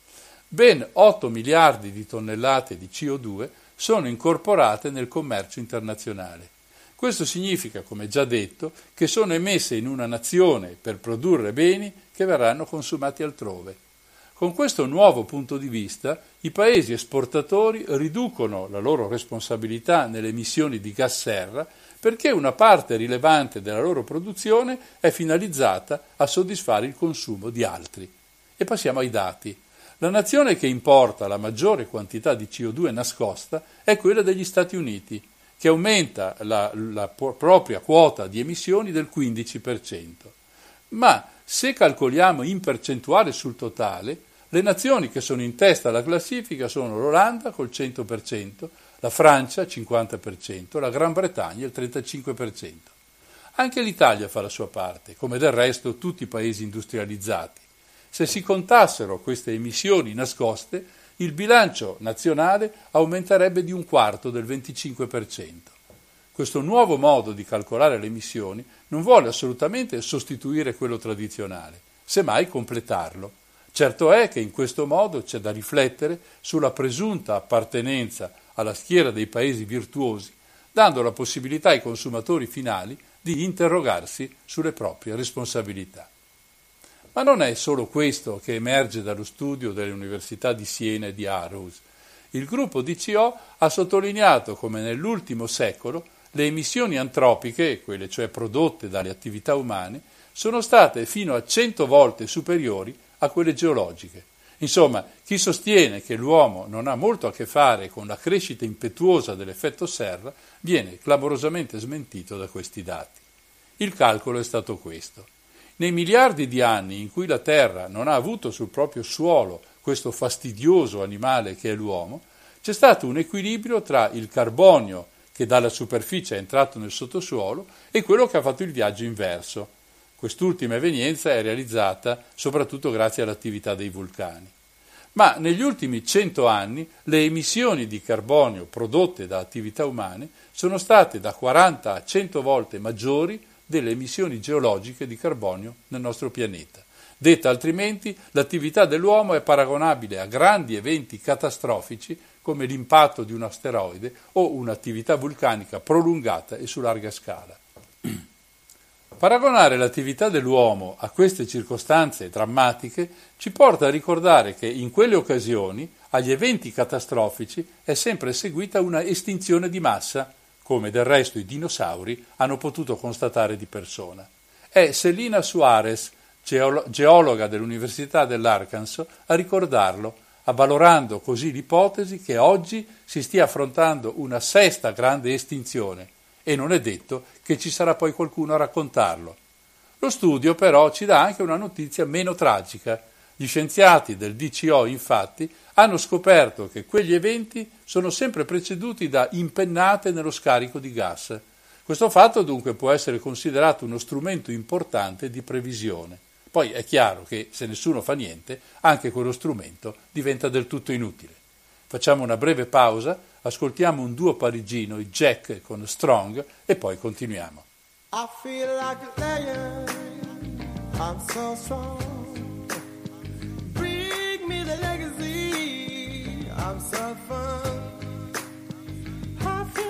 Ben otto miliardi di tonnellate di C O due sono incorporate nel commercio internazionale. Questo significa, come già detto, che sono emesse in una nazione per produrre beni che verranno consumati altrove. Con questo nuovo punto di vista, i paesi esportatori riducono la loro responsabilità nelle emissioni di gas serra perché una parte rilevante della loro produzione è finalizzata a soddisfare il consumo di altri. E passiamo ai dati. La nazione che importa la maggiore quantità di C O due nascosta è quella degli Stati Uniti, che aumenta la, la propria quota di emissioni del quindici per cento. Ma se calcoliamo in percentuale sul totale, le nazioni che sono in testa alla classifica sono l'Olanda col cento per cento, la Francia cinquanta per cento, la Gran Bretagna il trentacinque per cento. Anche l'Italia fa la sua parte, come del resto tutti i paesi industrializzati. Se si contassero queste emissioni nascoste, il bilancio nazionale aumenterebbe di un quarto del venticinque per cento. Questo nuovo modo di calcolare le emissioni non vuole assolutamente sostituire quello tradizionale, semmai completarlo. Certo è che in questo modo c'è da riflettere sulla presunta appartenenza alla schiera dei paesi virtuosi, dando la possibilità ai consumatori finali di interrogarsi sulle proprie responsabilità. Ma non è solo questo che emerge dallo studio delle università di Siena e di Aarhus. Il gruppo D C O ha sottolineato come nell'ultimo secolo le emissioni antropiche, quelle cioè prodotte dalle attività umane, sono state fino a cento volte superiori a quelle geologiche. Insomma, chi sostiene che l'uomo non ha molto a che fare con la crescita impetuosa dell'effetto serra viene clamorosamente smentito da questi dati. Il calcolo è stato questo. Nei miliardi di anni in cui la Terra non ha avuto sul proprio suolo questo fastidioso animale che è l'uomo, c'è stato un equilibrio tra il carbonio che dalla superficie è entrato nel sottosuolo e quello che ha fatto il viaggio inverso. Quest'ultima evenienza è realizzata soprattutto grazie all'attività dei vulcani. Ma negli ultimi cento anni le emissioni di carbonio prodotte da attività umane sono state da quaranta a cento volte maggiori delle emissioni geologiche di carbonio nel nostro pianeta. Detta altrimenti, l'attività dell'uomo è paragonabile a grandi eventi catastrofici come l'impatto di un asteroide o un'attività vulcanica prolungata e su larga scala. Paragonare l'attività dell'uomo a queste circostanze drammatiche ci porta a ricordare che in quelle occasioni agli eventi catastrofici è sempre seguita una estinzione di massa, come del resto i dinosauri hanno potuto constatare di persona. È Celina Suarez, geolo- geologa dell'Università dell'Arkansas, a ricordarlo, avvalorando così l'ipotesi che oggi si stia affrontando una sesta grande estinzione, e non è detto che ci sarà poi qualcuno a raccontarlo. Lo studio però ci dà anche una notizia meno tragica. Gli scienziati del D C O infatti hanno scoperto che quegli eventi sono sempre preceduti da impennate nello scarico di gas. Questo fatto dunque può essere considerato uno strumento importante di previsione. Poi è chiaro che se nessuno fa niente, anche quello strumento diventa del tutto inutile. Facciamo una breve pausa, ascoltiamo un duo parigino, i Jack con Strong, e poi continuiamo. I feel like a lion, I'm so strong. Bring me the legacy, I'm so fun. I feel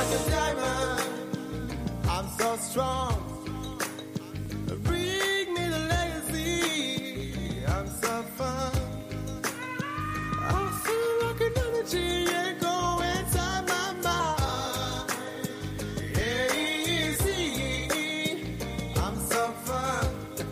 like a diamond. I'm so strong. Bring me the legacy. I'm so fun. I feel like an energy ain't go inside my mind. Yeah, see, I'm so fun.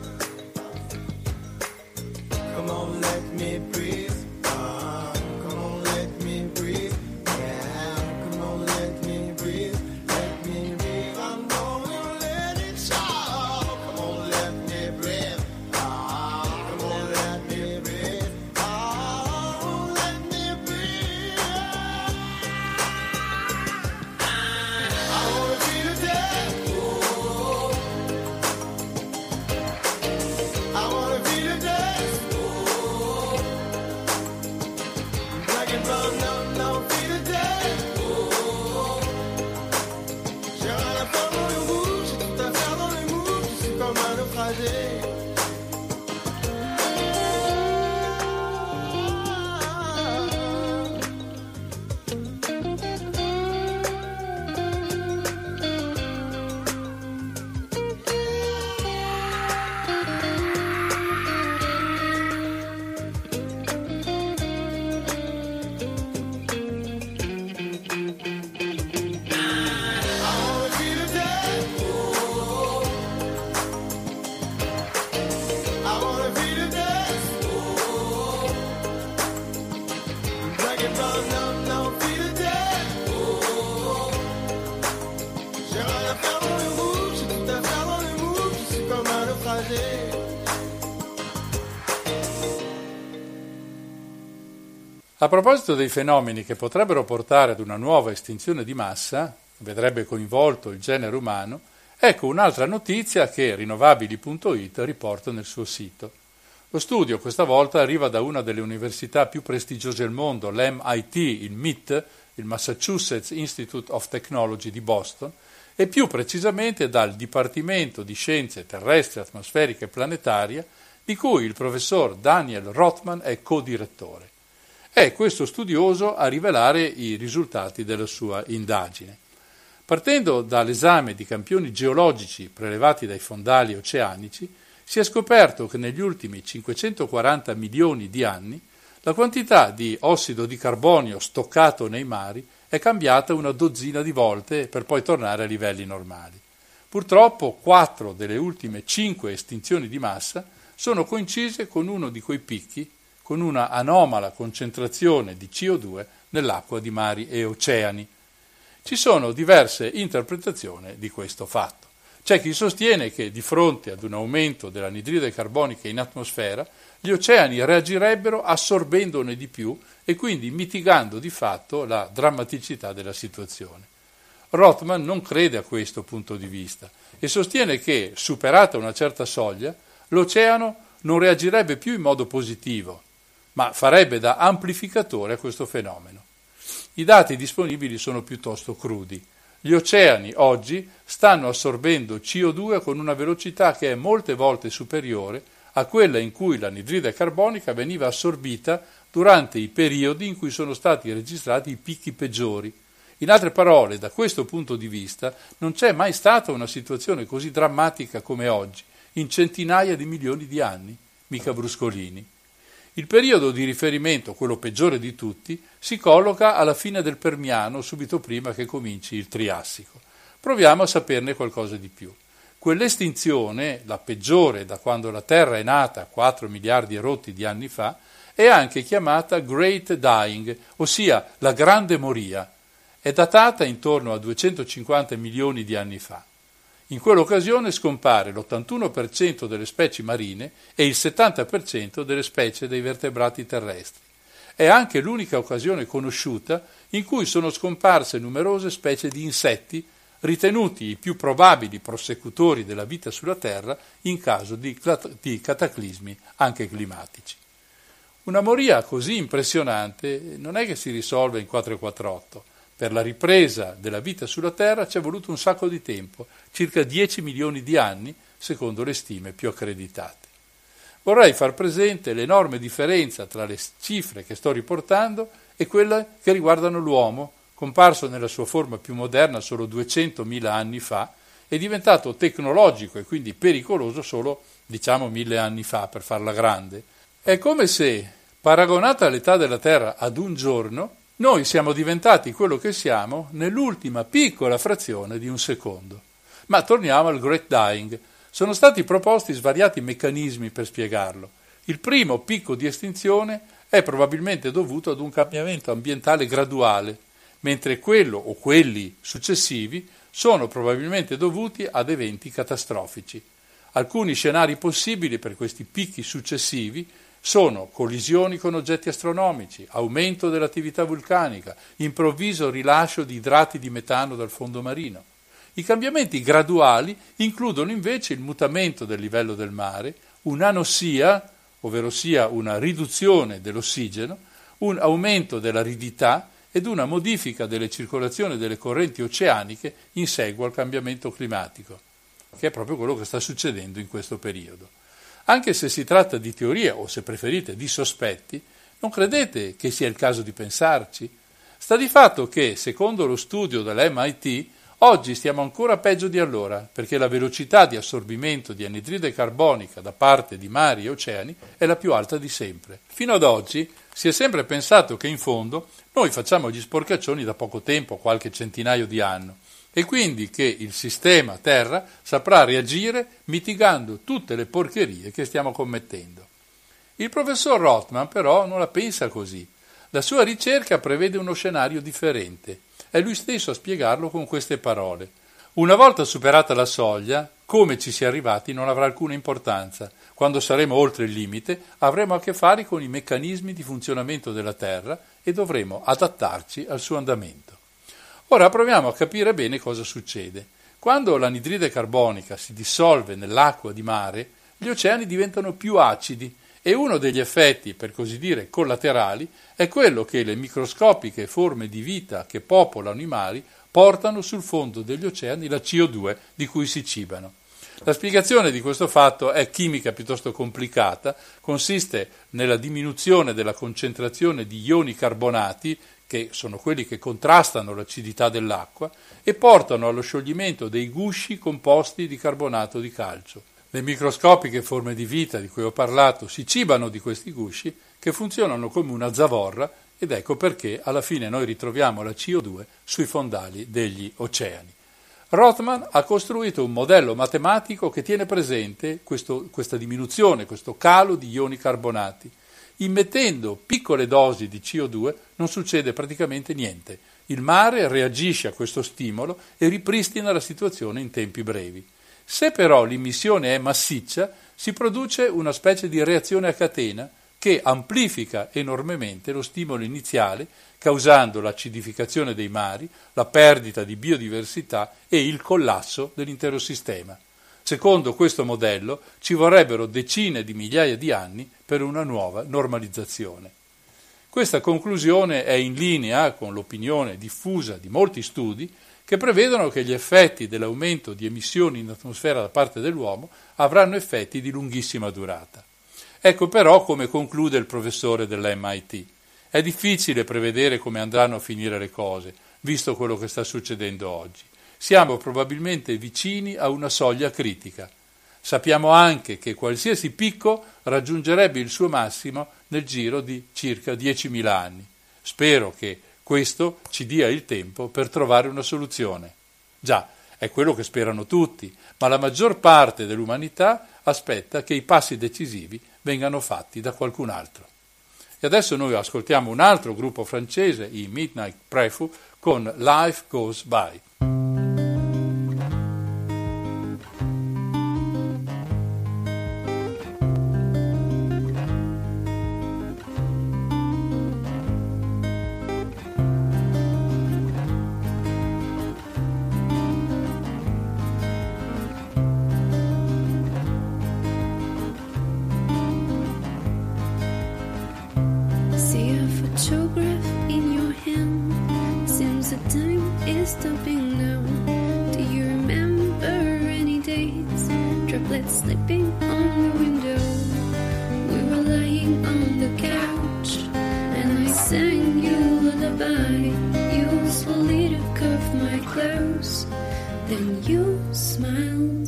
Come on, let me breathe. Uh, come on, let me breathe. Yeah, come on, let me breathe. Let me breathe. I'm gonna let it show. Come on, let me breathe. Uh, come on, let me breathe. Oh, let me breathe. I wanna be the dead. I wanna be the dead. Black and brown, no, no, be the dead. J'ai rien à faire dans le rouge, j'ai tout à faire dans les moves. Je suis comme un naufragé. I wanna be the dead. I wanna be the dead. Black and brown, no, no, be the dead. J'ai rien à faire dans le rouge, j'ai tout à faire dans les moves. Je suis comme un naufragé. A proposito dei fenomeni che potrebbero portare ad una nuova estinzione di massa, che vedrebbe coinvolto il genere umano, ecco un'altra notizia che Rinnovabili punto it riporta nel suo sito. Lo studio questa volta arriva da una delle università più prestigiose al mondo, l'M I T, il M I T, il Massachusetts Institute of Technology di Boston, e più precisamente dal Dipartimento di Scienze Terrestri, Atmosferiche e Planetarie, di cui il professor Daniel Rothman è co-direttore. È questo studioso a rivelare i risultati della sua indagine. Partendo dall'esame di campioni geologici prelevati dai fondali oceanici, si è scoperto che negli ultimi cinquecentoquaranta milioni di anni la quantità di ossido di carbonio stoccato nei mari è cambiata una dozzina di volte per poi tornare a livelli normali. Purtroppo quattro delle ultime cinque estinzioni di massa sono coincise con uno di quei picchi, con una anomala concentrazione di C O due nell'acqua di mari e oceani. Ci sono diverse interpretazioni di questo fatto. C'è chi sostiene che di fronte ad un aumento dell'anidride carbonica in atmosfera, gli oceani reagirebbero assorbendone di più e quindi mitigando di fatto la drammaticità della situazione. Rothman non crede a questo punto di vista e sostiene che, superata una certa soglia, l'oceano non reagirebbe più in modo positivo, ma farebbe da amplificatore a questo fenomeno. I dati disponibili sono piuttosto crudi. Gli oceani oggi stanno assorbendo C O due con una velocità che è molte volte superiore a quella in cui l'anidride carbonica veniva assorbita durante i periodi in cui sono stati registrati i picchi peggiori. In altre parole, da questo punto di vista, non c'è mai stata una situazione così drammatica come oggi, in centinaia di milioni di anni, mica bruscolini. Il periodo di riferimento, quello peggiore di tutti, si colloca alla fine del Permiano, subito prima che cominci il Triassico. Proviamo a saperne qualcosa di più. Quell'estinzione, la peggiore da quando la Terra è nata quattro miliardi e rotti di anni fa, è anche chiamata Great Dying, ossia la grande moria. È datata intorno a duecentocinquanta milioni di anni fa. In quell'occasione scompare l'ottantuno per cento delle specie marine e il settanta per cento delle specie dei vertebrati terrestri. È anche l'unica occasione conosciuta in cui sono scomparse numerose specie di insetti, ritenuti i più probabili prosecutori della vita sulla Terra in caso di, di cataclismi anche climatici. Una moria così impressionante non è che si risolve in quattro e quattr'otto. Per la ripresa della vita sulla Terra ci è voluto un sacco di tempo, circa dieci milioni di anni, secondo le stime più accreditate. Vorrei far presente l'enorme differenza tra le cifre che sto riportando e quelle che riguardano l'uomo, comparso nella sua forma più moderna solo duecentomila anni fa, è diventato tecnologico e quindi pericoloso solo, diciamo, mille anni fa, per farla grande. È come se, paragonata l'età della Terra ad un giorno, noi siamo diventati quello che siamo nell'ultima piccola frazione di un secondo. Ma torniamo al Great Dying. Sono stati proposti svariati meccanismi per spiegarlo. Il primo picco di estinzione è probabilmente dovuto ad un cambiamento ambientale graduale, mentre quello o quelli successivi sono probabilmente dovuti ad eventi catastrofici. Alcuni scenari possibili per questi picchi successivi sono collisioni con oggetti astronomici, aumento dell'attività vulcanica, improvviso rilascio di idrati di metano dal fondo marino. I cambiamenti graduali includono invece il mutamento del livello del mare, un'anossia, ovvero sia una riduzione dell'ossigeno, un aumento dell'aridità ed una modifica delle circolazioni delle correnti oceaniche in seguito al cambiamento climatico, che è proprio quello che sta succedendo in questo periodo. Anche se si tratta di teorie, o se preferite di sospetti, non credete che sia il caso di pensarci? Sta di fatto che, secondo lo studio dell'M I T, oggi stiamo ancora peggio di allora, perché la velocità di assorbimento di anidride carbonica da parte di mari e oceani è la più alta di sempre. Fino ad oggi si è sempre pensato che in fondo noi facciamo gli sporcaccioni da poco tempo, qualche centinaio di anni, e quindi che il sistema Terra saprà reagire mitigando tutte le porcherie che stiamo commettendo. Il professor Rothman però non la pensa così. La sua ricerca prevede uno scenario differente. È lui stesso a spiegarlo con queste parole. Una volta superata la soglia, come ci si è arrivati non avrà alcuna importanza. Quando saremo oltre il limite, avremo a che fare con i meccanismi di funzionamento della Terra e dovremo adattarci al suo andamento. Ora proviamo a capire bene cosa succede. Quando l'anidride carbonica si dissolve nell'acqua di mare, gli oceani diventano più acidi e uno degli effetti, per così dire, collaterali è quello che le microscopiche forme di vita che popolano i mari portano sul fondo degli oceani la C O due di cui si cibano. La spiegazione di questo fatto è chimica piuttosto complicata, consiste nella diminuzione della concentrazione di ioni carbonati, che sono quelli che contrastano l'acidità dell'acqua, e portano allo scioglimento dei gusci composti di carbonato di calcio. Le microscopiche forme di vita di cui ho parlato si cibano di questi gusci che funzionano come una zavorra ed ecco perché alla fine noi ritroviamo la C O due sui fondali degli oceani. Rothman ha costruito un modello matematico che tiene presente questo, questa diminuzione, questo calo di ioni carbonati. Immettendo piccole dosi di C O due non succede praticamente niente. Il mare reagisce a questo stimolo e ripristina la situazione in tempi brevi. Se però l'immissione è massiccia, si produce una specie di reazione a catena che amplifica enormemente lo stimolo iniziale, causando l'acidificazione dei mari, la perdita di biodiversità e il collasso dell'intero sistema. Secondo questo modello ci vorrebbero decine di migliaia di anni per una nuova normalizzazione. Questa conclusione è in linea con l'opinione diffusa di molti studi che prevedono che gli effetti dell'aumento di emissioni in atmosfera da parte dell'uomo avranno effetti di lunghissima durata. Ecco però come conclude il professore dell'M I T. È difficile prevedere come andranno a finire le cose, visto quello che sta succedendo oggi. Siamo probabilmente vicini a una soglia critica. Sappiamo anche che qualsiasi picco raggiungerebbe il suo massimo nel giro di circa diecimila anni. Spero che questo ci dia il tempo per trovare una soluzione. Già, è quello che sperano tutti, ma la maggior parte dell'umanità aspetta che i passi decisivi vengano fatti da qualcun altro. E adesso noi ascoltiamo un altro gruppo francese, i Midnight Prefu, con Life Goes By. Sang you a lullaby, you swallowed close, then you smiled.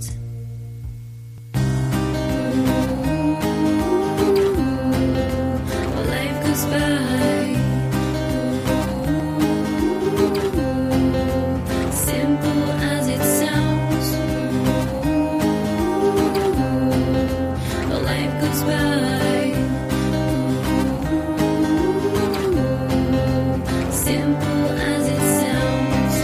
Life goes by, simple as it sounds. Life goes by, simple as it sounds.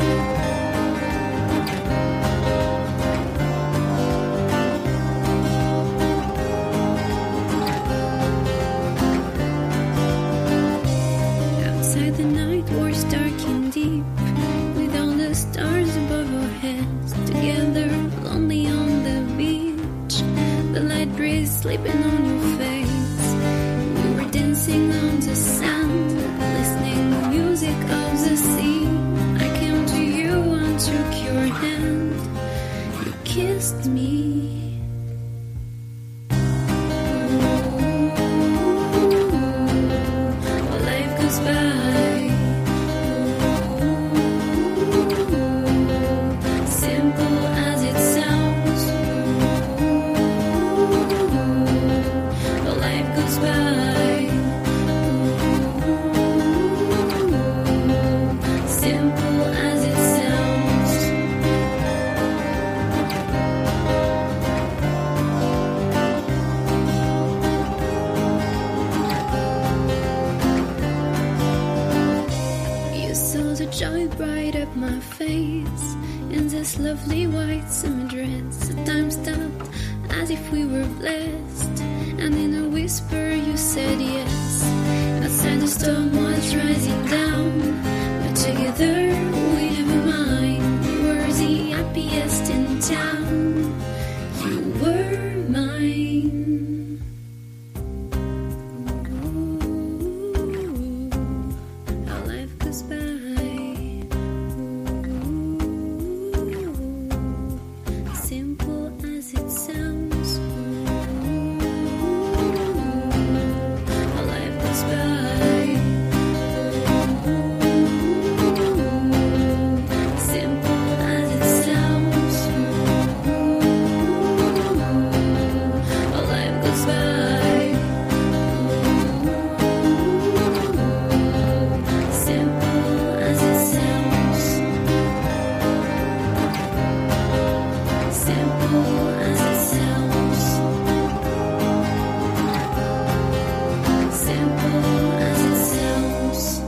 Outside the night was dark and deep, with all the stars above our heads, together lonely on the beach, the light breeze sleeping on your face. We were dancing on the sand, listening to music of the sea. I came to you and took your hand, you kissed me. Life goes by, simple as it sounds. Life goes by, simple as it sounds. You saw the joy bright up my face in this lovely white summer dress. The time stopped as if we were blessed, and in a whisper you said yes. Outside the storm was rising down, but together we never mind. We were the happiest in town. You were mine. Ooh, how life goes by. Ooh, simple as it sounds. How life goes by. Simple as it sounds. How life goes by. Simple as it sounds. Simple as it sounds. Simple as it sounds.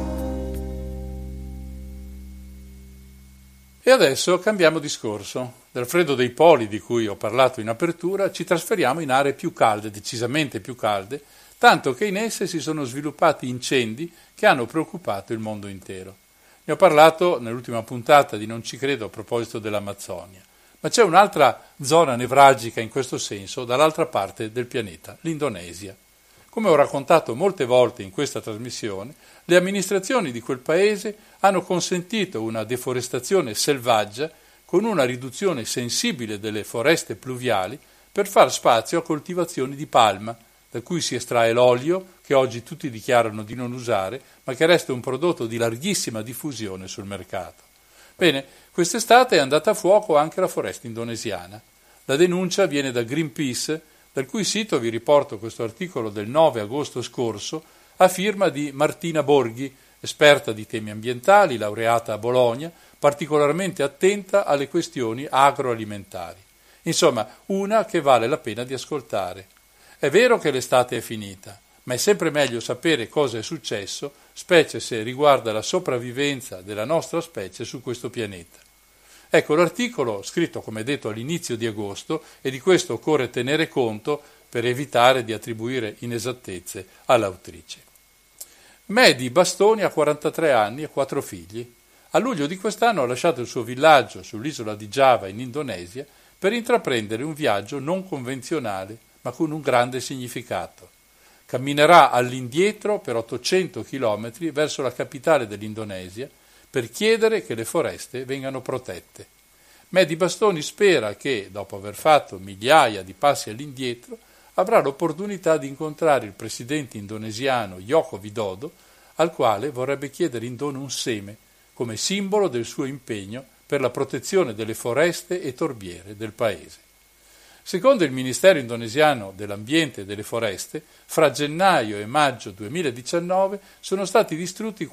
E adesso cambiamo discorso. Dal freddo dei poli di cui ho parlato in apertura ci trasferiamo in aree più calde, decisamente più calde, tanto che in esse si sono sviluppati incendi che hanno preoccupato il mondo intero. Ne ho parlato nell'ultima puntata di Non ci credo a proposito dell'Amazzonia, ma c'è un'altra zona nevralgica in questo senso dall'altra parte del pianeta, l'Indonesia. Come ho raccontato molte volte in questa trasmissione, le amministrazioni di quel paese hanno consentito una deforestazione selvaggia con una riduzione sensibile delle foreste pluviali per far spazio a coltivazioni di palma, da cui si estrae l'olio, che oggi tutti dichiarano di non usare, ma che resta un prodotto di larghissima diffusione sul mercato. Bene, quest'estate è andata a fuoco anche la foresta indonesiana. La denuncia viene da Greenpeace, dal cui sito vi riporto questo articolo del nove agosto scorso, a firma di Martina Borghi, esperta di temi ambientali, laureata a Bologna, particolarmente attenta alle questioni agroalimentari. Insomma, una che vale la pena di ascoltare. È vero che l'estate è finita, ma è sempre meglio sapere cosa è successo, specie se riguarda la sopravvivenza della nostra specie su questo pianeta. Ecco l'articolo, scritto come detto all'inizio di agosto, e di questo occorre tenere conto per evitare di attribuire inesattezze all'autrice. Mehdi Bastoni ha quarantatré anni e quattro figli. A luglio di quest'anno ha lasciato il suo villaggio sull'isola di Giava in Indonesia per intraprendere un viaggio non convenzionale, ma con un grande significato. Camminerà all'indietro per ottocento chilometri verso la capitale dell'Indonesia per chiedere che le foreste vengano protette. Mehdi Bastoni spera che, dopo aver fatto migliaia di passi all'indietro, avrà l'opportunità di incontrare il presidente indonesiano Joko Widodo, al quale vorrebbe chiedere in dono un seme, come simbolo del suo impegno per la protezione delle foreste e torbiere del paese. Secondo il Ministero indonesiano dell'Ambiente e delle Foreste, fra gennaio e maggio duemiladiciannove sono stati distrutti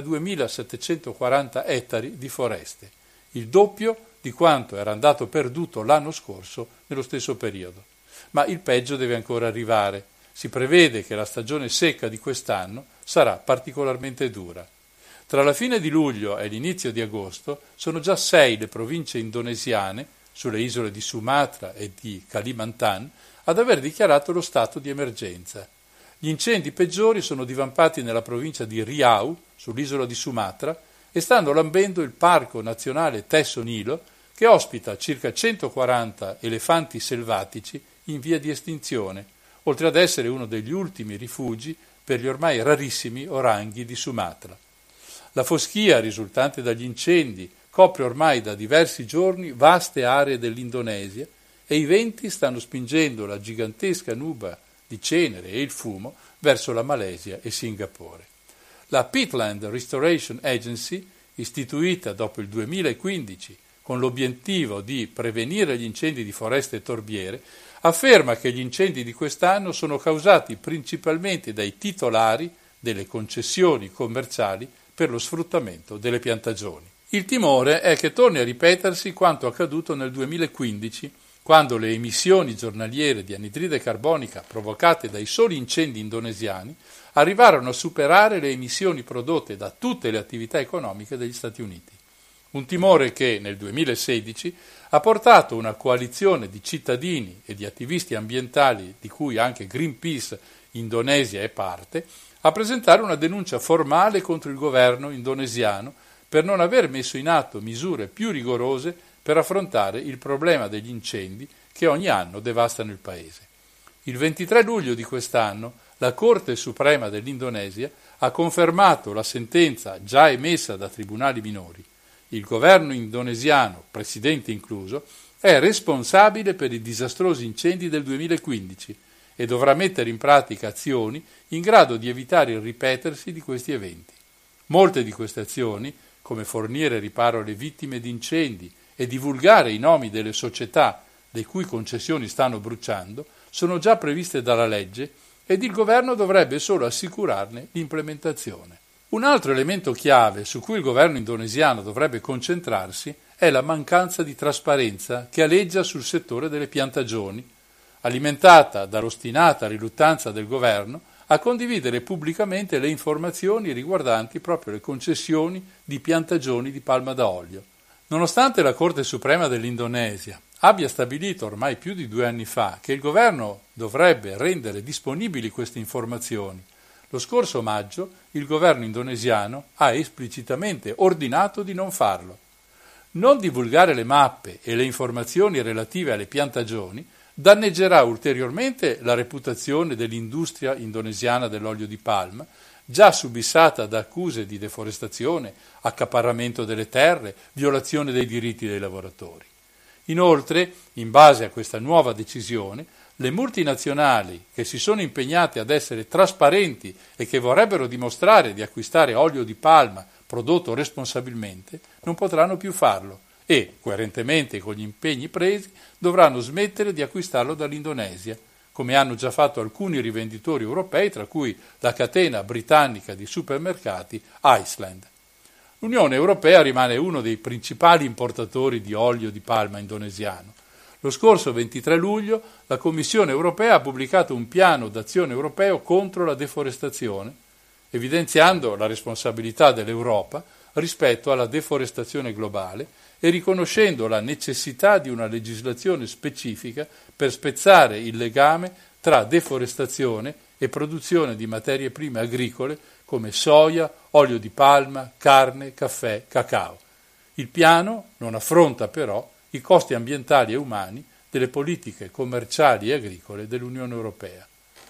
quarantaduemilasettecentoquaranta ettari di foreste, il doppio di quanto era andato perduto l'anno scorso nello stesso periodo. Ma il peggio deve ancora arrivare. Si prevede che la stagione secca di quest'anno sarà particolarmente dura. Tra la fine di luglio e l'inizio di agosto sono già sei le province indonesiane, sulle isole di Sumatra e di Kalimantan, ad aver dichiarato lo stato di emergenza. Gli incendi peggiori sono divampati nella provincia di Riau, sull'isola di Sumatra, e stanno lambendo il Parco Nazionale Teso Nilo, che ospita circa centoquaranta elefanti selvatici in via di estinzione, oltre ad essere uno degli ultimi rifugi per gli ormai rarissimi oranghi di Sumatra. La foschia risultante dagli incendi copre ormai da diversi giorni vaste aree dell'Indonesia e i venti stanno spingendo la gigantesca nuba di cenere e il fumo verso la Malesia e Singapore. La Peatland Restoration Agency, istituita dopo il duemilaquindici con l'obiettivo di prevenire gli incendi di foreste e torbiere, afferma che gli incendi di quest'anno sono causati principalmente dai titolari delle concessioni commerciali per lo sfruttamento delle piantagioni. Il timore è che torni a ripetersi quanto accaduto nel duemilaquindici, quando le emissioni giornaliere di anidride carbonica provocate dai soli incendi indonesiani arrivarono a superare le emissioni prodotte da tutte le attività economiche degli Stati Uniti. Un timore che nel duemilasedici ha portato una coalizione di cittadini e di attivisti ambientali, di cui anche Greenpeace Indonesia è parte, a presentare una denuncia formale contro il governo indonesiano per non aver messo in atto misure più rigorose per affrontare il problema degli incendi che ogni anno devastano il paese. Il ventitré luglio di quest'anno la Corte Suprema dell'Indonesia ha confermato la sentenza già emessa da tribunali minori. Il governo indonesiano, presidente incluso, è responsabile per i disastrosi incendi del duemilaquindici e dovrà mettere in pratica azioni in grado di evitare il ripetersi di questi eventi. Molte di queste azioni, come fornire riparo alle vittime di incendi e divulgare i nomi delle società le cui concessioni stanno bruciando, sono già previste dalla legge ed il governo dovrebbe solo assicurarne l'implementazione. Un altro elemento chiave su cui il governo indonesiano dovrebbe concentrarsi è la mancanza di trasparenza che aleggia sul settore delle piantagioni, alimentata dall'ostinata riluttanza del governo a condividere pubblicamente le informazioni riguardanti proprio le concessioni di piantagioni di palma da olio. Nonostante la Corte Suprema dell'Indonesia abbia stabilito ormai più di due anni fa che il governo dovrebbe rendere disponibili queste informazioni, lo scorso maggio il governo indonesiano ha esplicitamente ordinato di non farlo. Non divulgare le mappe e le informazioni relative alle piantagioni danneggerà ulteriormente la reputazione dell'industria indonesiana dell'olio di palma, già subissata da accuse di deforestazione, accaparramento delle terre, violazione dei diritti dei lavoratori. Inoltre, in base a questa nuova decisione, le multinazionali che si sono impegnate ad essere trasparenti e che vorrebbero dimostrare di acquistare olio di palma prodotto responsabilmente non potranno più farlo e, coerentemente con gli impegni presi, dovranno smettere di acquistarlo dall'Indonesia, come hanno già fatto alcuni rivenditori europei, tra cui la catena britannica di supermercati Iceland. L'Unione Europea rimane uno dei principali importatori di olio di palma indonesiano. Lo scorso ventitré luglio la Commissione Europea ha pubblicato un piano d'azione europeo contro la deforestazione, evidenziando la responsabilità dell'Europa rispetto alla deforestazione globale e riconoscendo la necessità di una legislazione specifica per spezzare il legame tra deforestazione e produzione di materie prime agricole come soia, olio di palma, carne, caffè, cacao. Il piano non affronta però i costi ambientali e umani delle politiche commerciali e agricole dell'Unione Europea.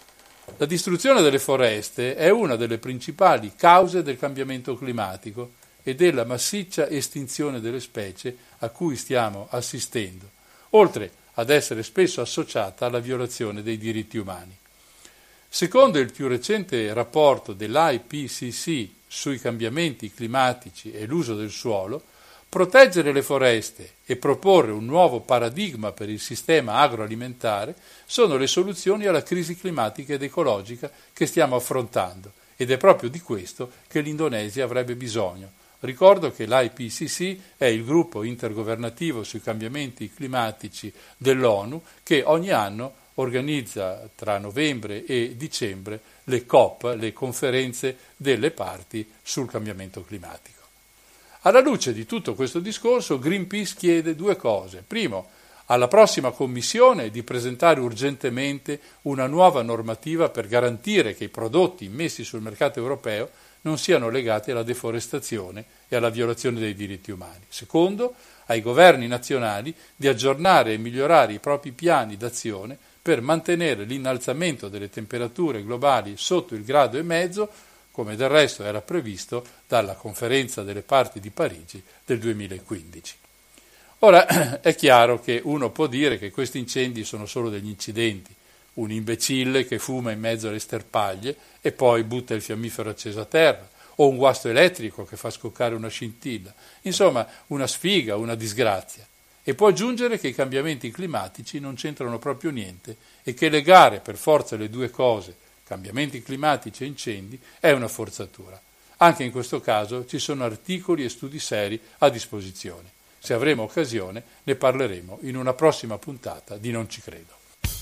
La distruzione delle foreste è una delle principali cause del cambiamento climatico e della massiccia estinzione delle specie a cui stiamo assistendo, oltre ad essere spesso associata alla violazione dei diritti umani. Secondo il più recente rapporto dell'I P C C sui cambiamenti climatici e l'uso del suolo, proteggere le foreste e proporre un nuovo paradigma per il sistema agroalimentare sono le soluzioni alla crisi climatica ed ecologica che stiamo affrontando, ed è proprio di questo che l'Indonesia avrebbe bisogno. Ricordo che l'I P C C è il gruppo intergovernativo sui cambiamenti climatici dell'ONU che ogni anno organizza tra novembre e dicembre le COP, le conferenze delle parti sul cambiamento climatico. Alla luce di tutto questo discorso, Greenpeace chiede due cose. Primo, alla prossima Commissione di presentare urgentemente una nuova normativa per garantire che i prodotti immessi sul mercato europeo non siano legati alla deforestazione e alla violazione dei diritti umani. Secondo, ai governi nazionali di aggiornare e migliorare i propri piani d'azione per mantenere l'innalzamento delle temperature globali sotto il grado e mezzo, come del resto era previsto dalla Conferenza delle Parti di Parigi del duemilaquindici. Ora è chiaro che uno può dire che questi incendi sono solo degli incidenti, un imbecille che fuma in mezzo alle sterpaglie e poi butta il fiammifero acceso a terra, o un guasto elettrico che fa scoccare una scintilla, insomma una sfiga, una disgrazia. E può aggiungere che i cambiamenti climatici non c'entrano proprio niente e che legare per forza le due cose, cambiamenti climatici e incendi, è una forzatura. Anche in questo caso ci sono articoli e studi seri a disposizione. Se avremo occasione ne parleremo in una prossima puntata di Non ci credo.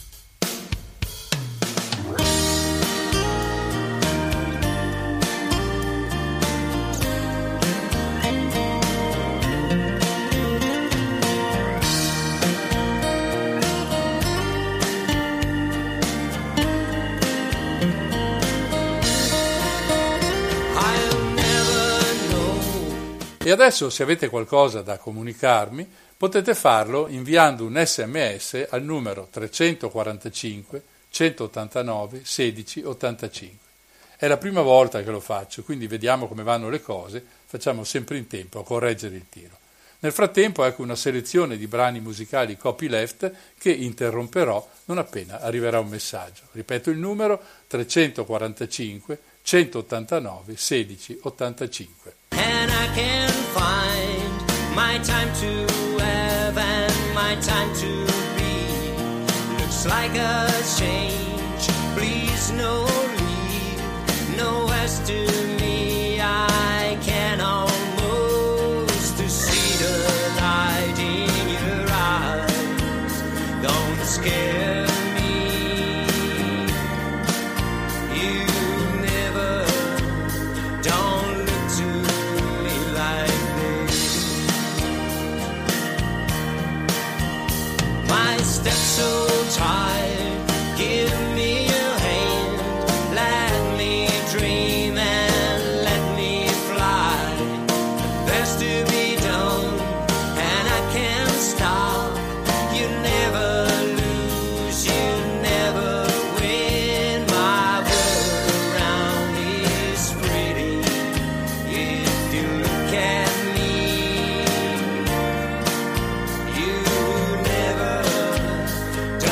E adesso, se avete qualcosa da comunicarmi, potete farlo inviando un sms al numero trecentoquarantacinque centottantanove sedici ottantacinque. È la prima volta che lo faccio, quindi vediamo come vanno le cose, facciamo sempre in tempo a correggere il tiro. Nel frattempo ecco una selezione di brani musicali copyleft che interromperò non appena arriverà un messaggio. Ripeto il numero trecentoquarantacinque centottantanove sedici ottantacinque. And I can find my time to have and my time to be. Looks like a change, please no leave, no as to me. I can almost see the light in your eyes. Don't scare me. You never, don't look to my steps so tired, give me your hand, let me dream and let me fly. There's to be done and I can't stop. You never lose, you never win. My world around is pretty if you look at me. You never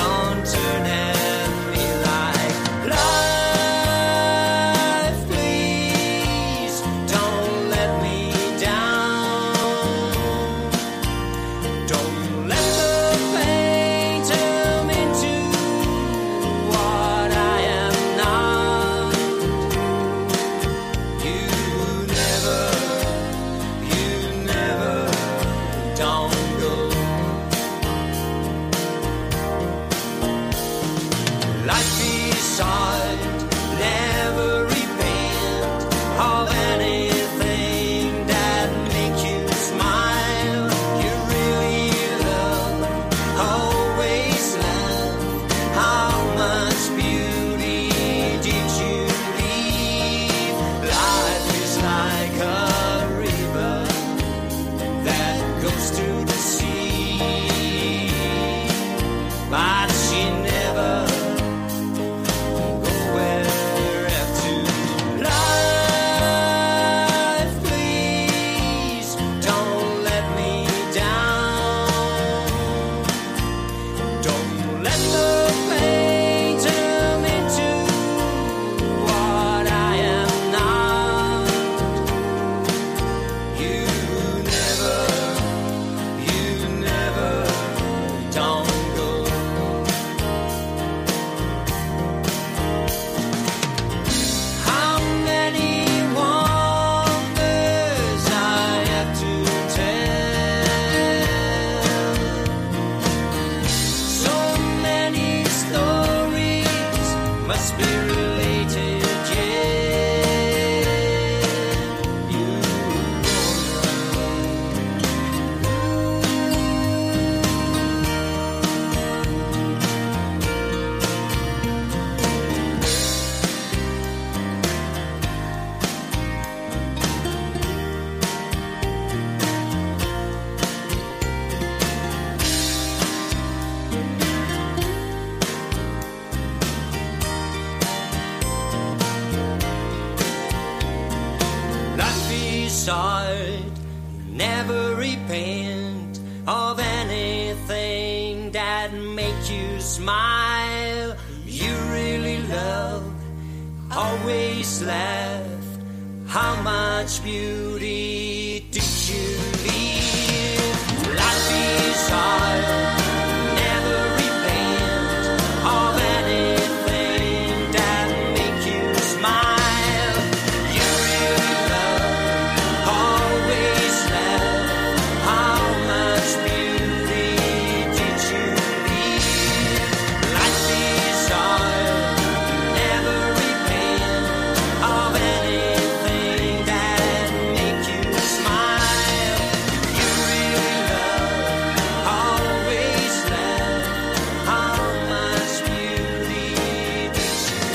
start, never repent of anything that make you smile. You really love, always laugh. How much beauty did you leave? Life is hard, never repent of anything that make you smile. You really love, always laugh. How much beauty did you leave? Life is hard, never repent of anything that make you smile. You really love, always laugh. How much beauty did you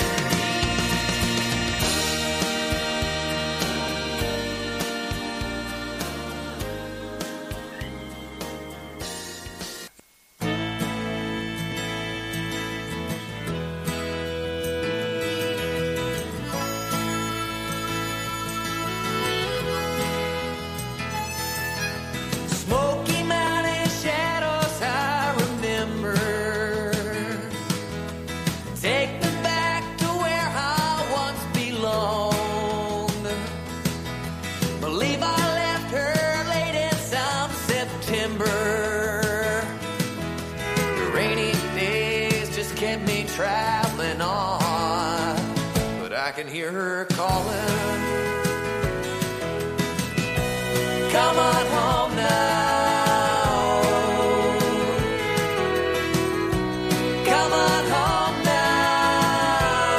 Smoky Mountain shadows I remember. Take me back to where I once belonged. Believe I left her late in some September. The rainy days just kept me traveling on, but I can hear her calling. Come on home now. Come on home now.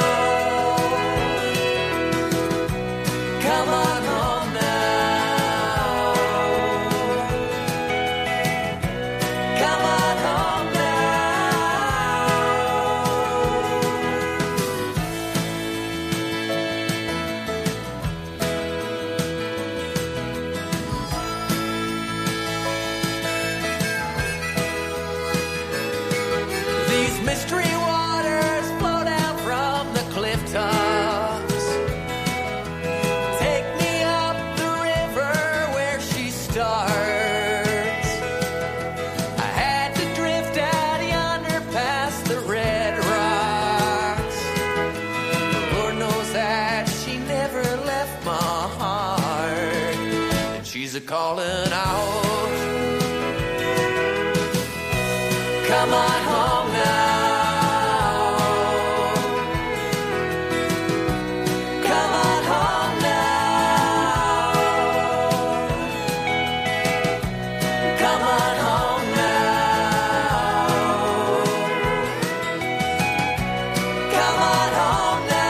Come on home now. Come on home These mystery waters flow down from the cliff tops. Take me up the river where she starts. I had to drift out yonder past the red rocks. Lord knows that she never left my heart, and she's a calling out. Come on home now. Come on home now. Come on home now. Come on home now.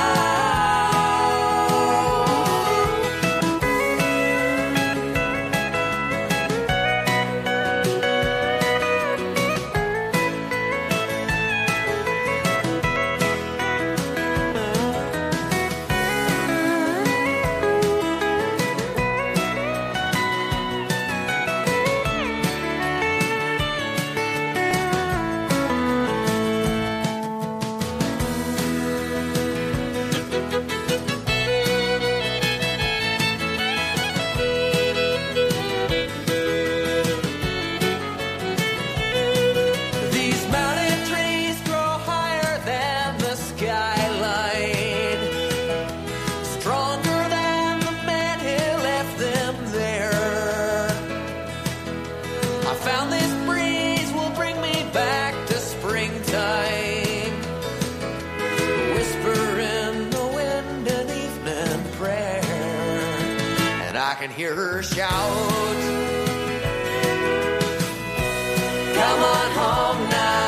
These mountain trees grow higher than the skyline, stronger than the man who left them there. I found this breeze will bring me back to springtime. Whisper in the wind an evening prayer, and I can hear her shout. Come on home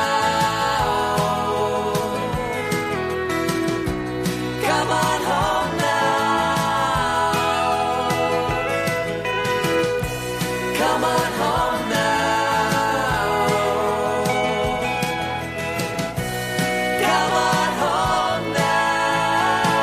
now. Come on home now. Come on home now. Come on home now.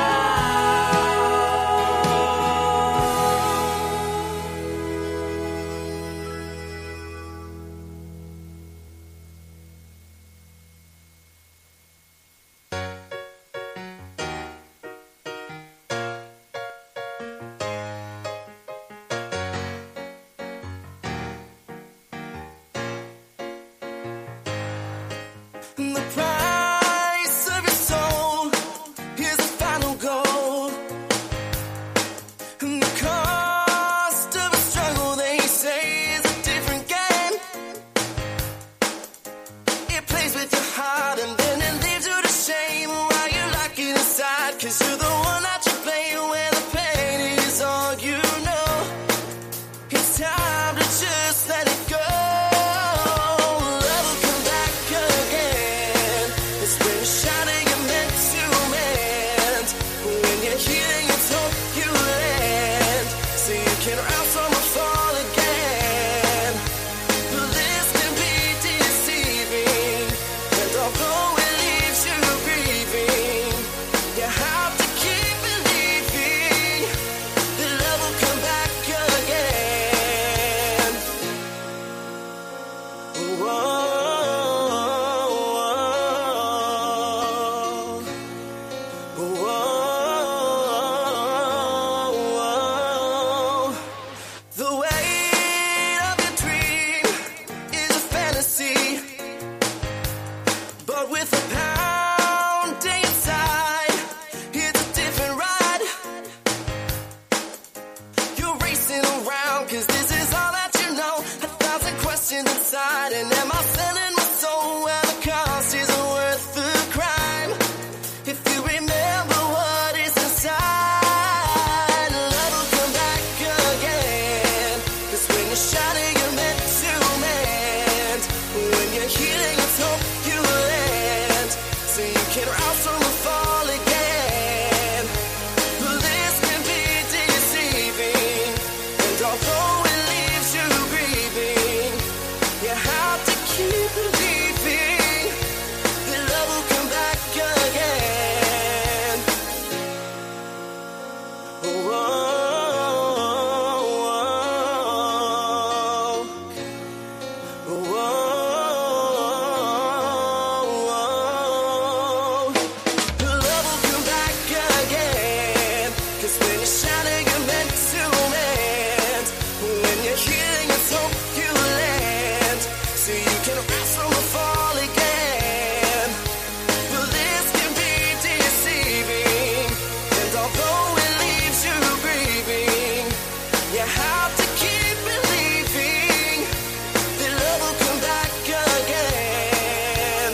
The price of your soul is the final goal. And the cost of a struggle, they say, is a different game. It plays with your heart and then it leaves you to shame while you lock it inside. Cause you're the one that you play when the pain is all you know. It's time to just let it go. Love will come back again. It's when you're shining you're meant to mend. When you're healing it's hope you land. So you can rise from a fall again. But this can be deceiving. And although it leaves you grieving, you have to keep believing that love will come back again. Whoa. Whoa. The weight of your dream is a fantasy, but with a pounding inside, it's a different ride. You're racing around, cause this is all that you know. A thousand questions inside, and am I selling my soul where the cost isn't worth the crime? If you remember what is inside, love will come back again. Cause when you're shining you're meant to mend. When you're healing it's hope you land. So you can rise from the fall again. But this can be deceiving. And although it leaves you grieving, you have to keep believing that love will come back again. Whoa. Whoa. Love will come back again. Cause when you're shining you're meant to mend. When you're healing it's hope you land. So you can rise from the fall again. But this can be deceiving. And although it leaves you grieving, you have to keep believing that love will come back again.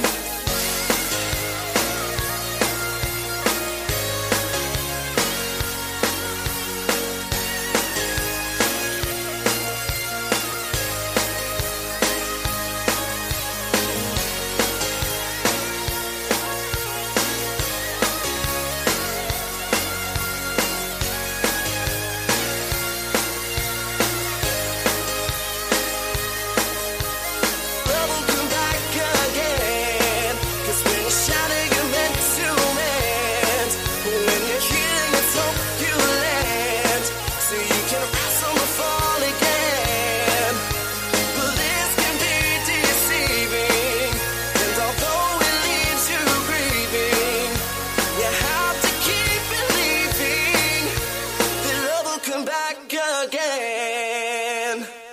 Love will come back again. Cause when you're shining you're meant to mend. When you're healing it's hope you land. So you can rise from the fall again. But this can be deceiving. And although it leaves you grieving, you have to keep believing that love will come back again.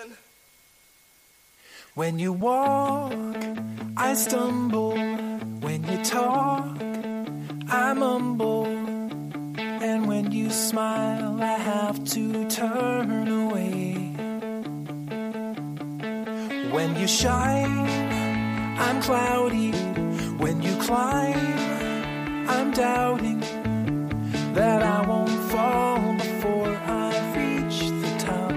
When you walk, I stumble. When you talk, I mumble. And when you smile, I have to turn away. When you shine, I'm cloudy. When you climb, I'm doubting that I won't fall before I reach the top.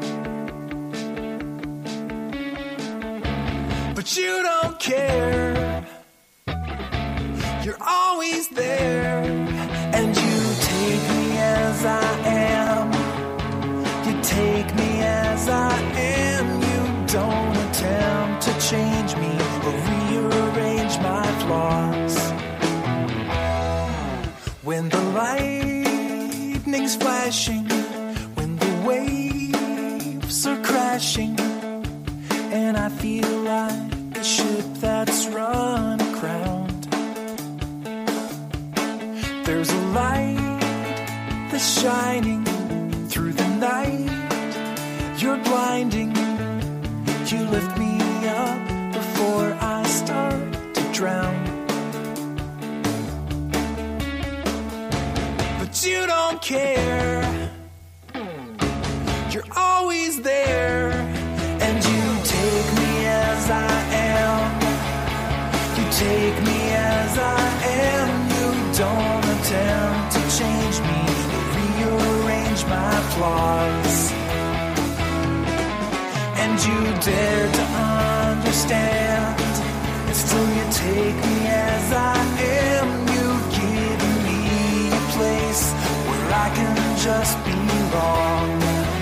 But you don't care. You're always there. And you take me as I am. You take me as I am. You don't attempt to change me or rearrange my flaws. When the lightning's flashing, when the waves are crashing, and I feel like a ship that's run aground, there's a light that's shining through the night. You're blinding. You lift me up before I start to drown. care. You're always there, and you take me as I am. You take me as I am. You don't attempt to change me, rearrange my flaws. And you dare to understand, and still you take me as I am. You give me a place where I can just belong.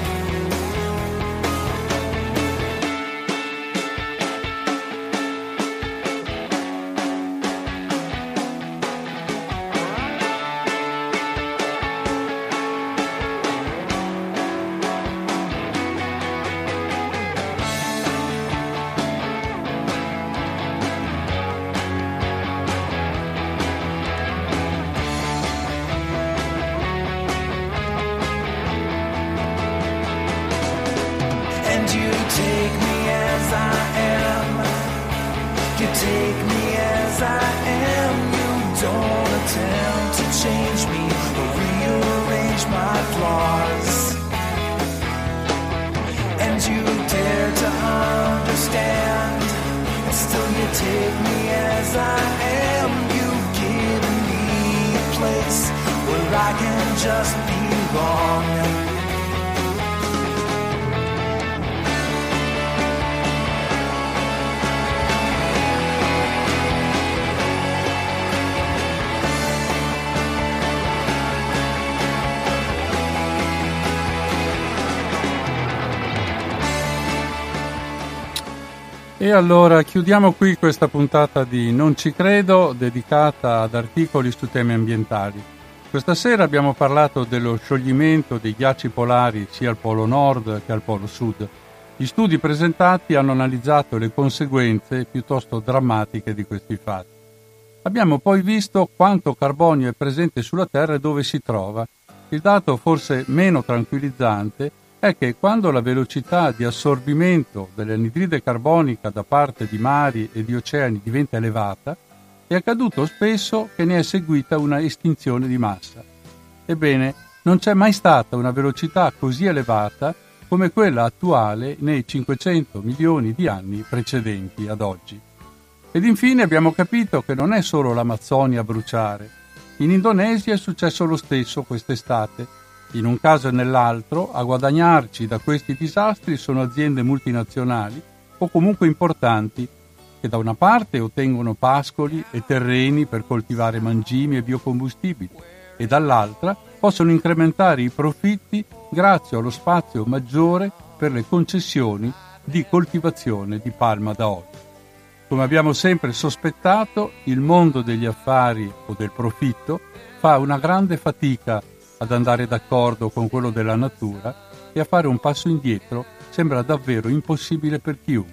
E allora chiudiamo qui questa puntata di Non ci credo, dedicata ad articoli su temi ambientali. Questa sera abbiamo parlato dello scioglimento dei ghiacci polari sia al Polo Nord che al Polo Sud. Gli studi presentati hanno analizzato le conseguenze piuttosto drammatiche di questi fatti. Abbiamo poi visto quanto carbonio è presente sulla Terra e dove si trova. Il dato forse meno tranquillizzante è che quando la velocità di assorbimento dell'anidride carbonica da parte di mari e di oceani diventa elevata, è accaduto spesso che ne è seguita una estinzione di massa. Ebbene, non c'è mai stata una velocità così elevata come quella attuale nei cinquecento milioni di anni precedenti ad oggi. Ed infine abbiamo capito che non è solo l'Amazzonia a bruciare. In Indonesia è successo lo stesso quest'estate. In un caso e nell'altro, a guadagnarci da questi disastri sono aziende multinazionali o comunque importanti che da una parte ottengono pascoli e terreni per coltivare mangimi e biocombustibili e dall'altra possono incrementare i profitti grazie allo spazio maggiore per le concessioni di coltivazione di palma da olio. Come abbiamo sempre sospettato, il mondo degli affari o del profitto fa una grande fatica ad andare d'accordo con quello della natura e a fare un passo indietro sembra davvero impossibile per chiunque.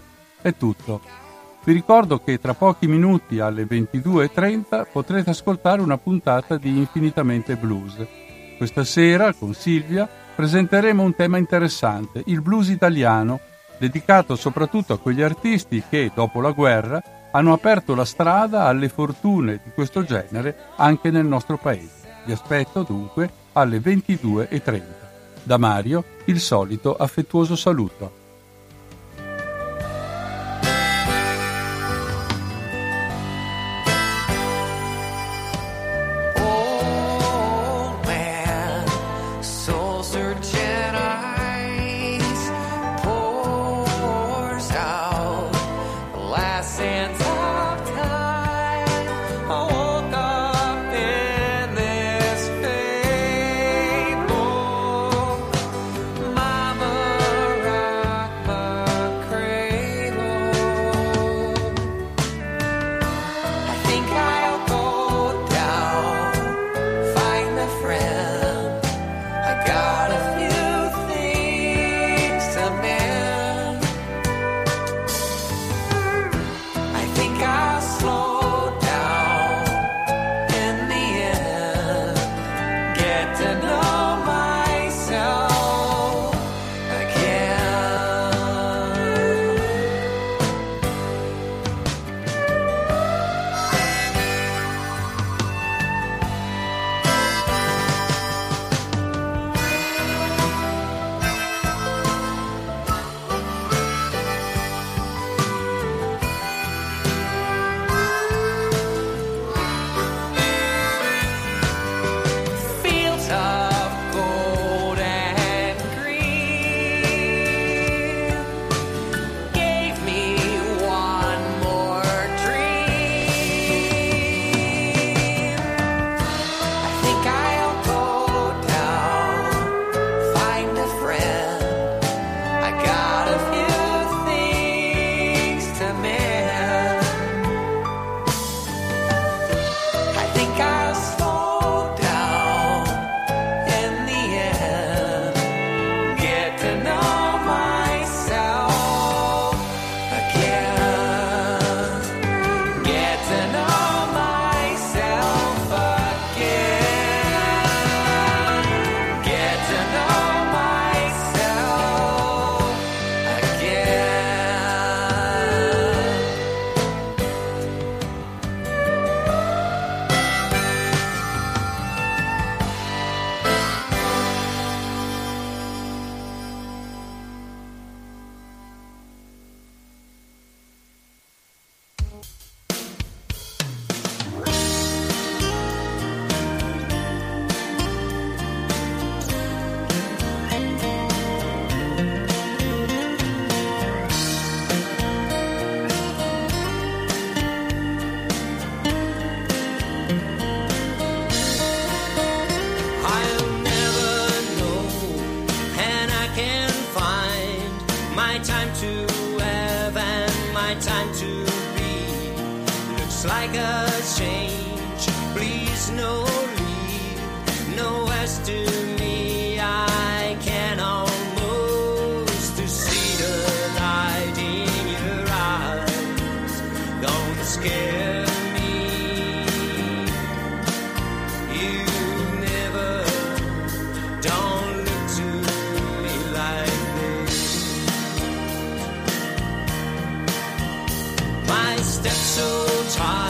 È tutto. Vi ricordo che tra pochi minuti alle ventidue e trenta potrete ascoltare una puntata di Infinitamente Blues. Questa sera con Silvia presenteremo un tema interessante, il blues italiano, dedicato soprattutto a quegli artisti che, dopo la guerra, hanno aperto la strada alle fortune di questo genere anche nel nostro paese. Vi aspetto dunque alle ventidue e trenta. Da Mario, il solito affettuoso saluto. Mama a man. I think I'll slow down in the end, get to know myself again, get to know myself again, get to know myself again. I'll never know, and I can find my time to have and my time to be. Looks like a change, please no leave, no as to me. I can almost see the light in your eyes. Don't scare me. You never, don't look to me like this. My steps so tired.